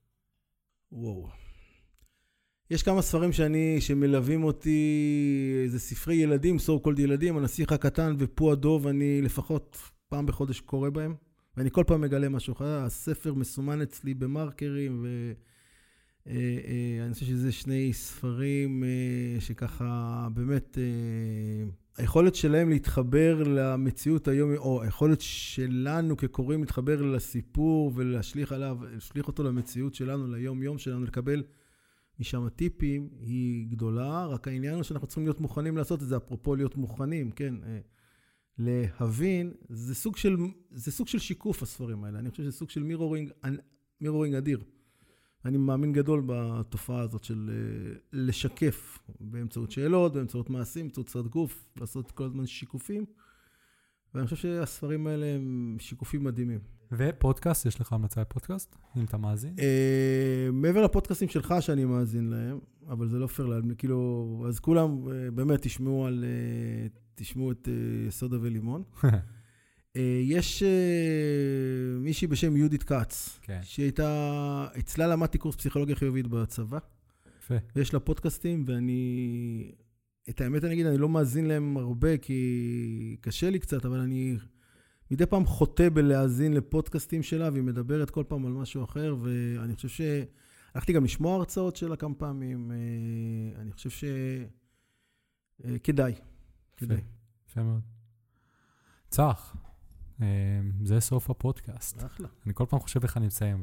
וואו. יש כמה ספרים שאני, שמלווים אותי, איזה ספרי ילדים, so called ילדים, הנסיך הקטן ופו הדוב, אני לפחות פעם בחודש קורא בהם, ואני כל פעם מגלה משהו אחר. הספר מסומן אצלי במרקרים, ואני חושב שזה שני ספרים שככה באמת, היכולת שלהם להתחבר למציאות היום, או היכולת שלנו כקוראים להתחבר לסיפור ולהשליך עליו, להשליך אותו למציאות שלנו, ליום יום שלנו, לקבל משם הטיפים היא גדולה, רק העניין הוא שאנחנו צריכים להיות מוכנים לעשות את זה, אפרופו להיות מוכנים, כן, להבין, זה סוג של, זה סוג של שיקוף הספרים האלה, אני חושב שזה סוג של מירורינג, מירורינג אדיר. אני מאמין גדול בתופעה הזאת של לשקף באמצעות שאלות, באמצעות מעשים, באמצעות צד גוף, לעשות כל הזמן שיקופים, ואני חושב שהספרים האלה הם שיקופים מדהימים. ופודקאסט, יש לך המלצה לפודקאסט, אם אתה מאזין? מעבר לפודקאסטים שלך שאני מאזין להם, אבל זה לא פייר להם, כאילו, אז כולם באמת תשמעו על, תשמעו את סודה ולימון. יש מישהי בשם יהודית קאץ, שהייתה, אצלה למדתי קורס פסיכולוגיה חיובית בצבא, ויש לה פודקאסטים, ואני, את האמת אני אגיד, אני לא מאזין להם הרבה, כי קשה לי קצת, אבל אני מדי פעם חוטא בלהאזין לפודקאסטים שלה, והיא מדברת כל פעם על משהו אחר, ואני חושב שהלכתי גם לשמוע הרצאות שלה כמה פעמים, אני חושב שכדאי, כדאי. יפה מאוד. צח, זה סוף הפודקאסט. אחלה. אני כל פעם חושב איך אני מסיים,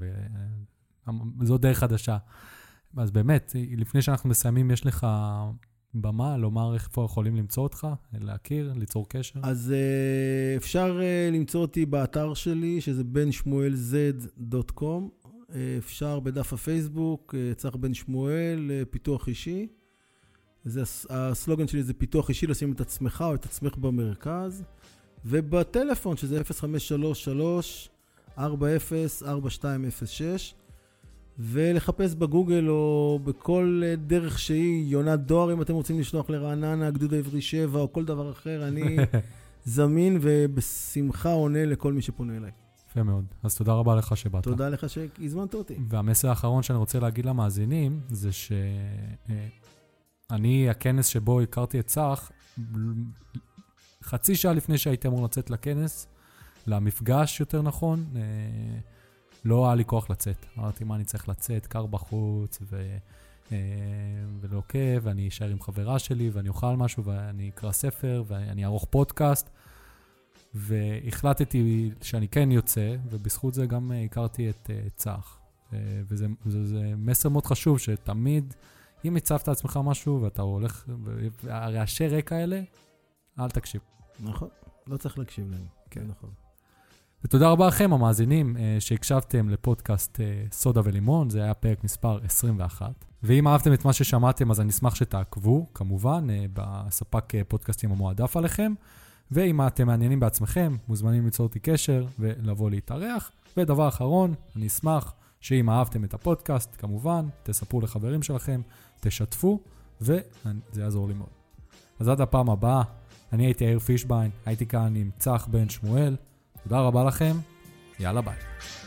וזו דרך חדשה. אז באמת, לפני שאנחנו מסיימים, יש לך במה, לומר איפה יכולים למצוא אותך, להכיר, ליצור קשר? אז uh, אפשר uh, למצוא אותי באתר שלי, שזה בן שמואל זד דוט קום. Uh, אפשר בדף הפייסבוק, uh, צח בן שמואל, uh, פיתוח אישי. זה, הסלוגן שלי זה פיתוח אישי, לשים את עצמך או את עצמך במרכז. ובטלפון, שזה אפס חמש שלוש שלוש ארבע אפס ארבע שתיים אפס שש. ולחפש בגוגל או בכל דרך שהיא, יונת דואר, אם אתם רוצים לשלוח לרעננה, גדוד העברי שבע או כל דבר אחר, אני זמין ובשמחה עונה לכל מי שפונה אליי. יפה מאוד. אז תודה רבה לך שבאת. תודה לך שהזמנת אותי. והמסר האחרון שאני רוצה להגיד למאזינים, זה שאני, הכנס שבו הכרתי את צח, חצי שעה לפני שהייתי אמור לצאת לכנס, למפגש יותר נכון, לא היה לי כוח לצאת. אמרתי, מה אני צריך לצאת? קר בחוץ, ו... ולא כיף, ואני אשאר עם חברה שלי, ואני אוכל משהו, ואני אקרא ספר, ואני אערוך פודקאסט. והחלטתי שאני כן יוצא, ובזכות זה גם הכרתי את צח. וזה זה, זה מסר מאוד חשוב, שתמיד, אם הצבת לעצמך משהו, ואתה הולך, הרעשי רקע האלה, אל תקשיב. נכון, לא צריך להקשיב להם. כן, נכון. ותודה רבה לכם, המאזינים, שהקשבתם לפודקאסט סודה ולימון, זה היה פרק מספר עשרים ואחת. ואם אהבתם את מה ששמעתם, אז אני אשמח שתעקבו, כמובן, בספק פודקאסטים המועדף עליכם, ואם אתם מעניינים בעצמכם, מוזמנים ליצור אותי קשר ולבוא להתארח. ודבר אחרון, אני אשמח שאם אהבתם את הפודקאסט, כמובן, תספרו לחברים שלכם, תשתפו, וזה יעזור לי מאוד. אז עד הפעם הבאה, אני הייתי יאיר פישביין, הייתי כאן עם צח בן שמואל, תודה רבה לכם, יאללה ביי.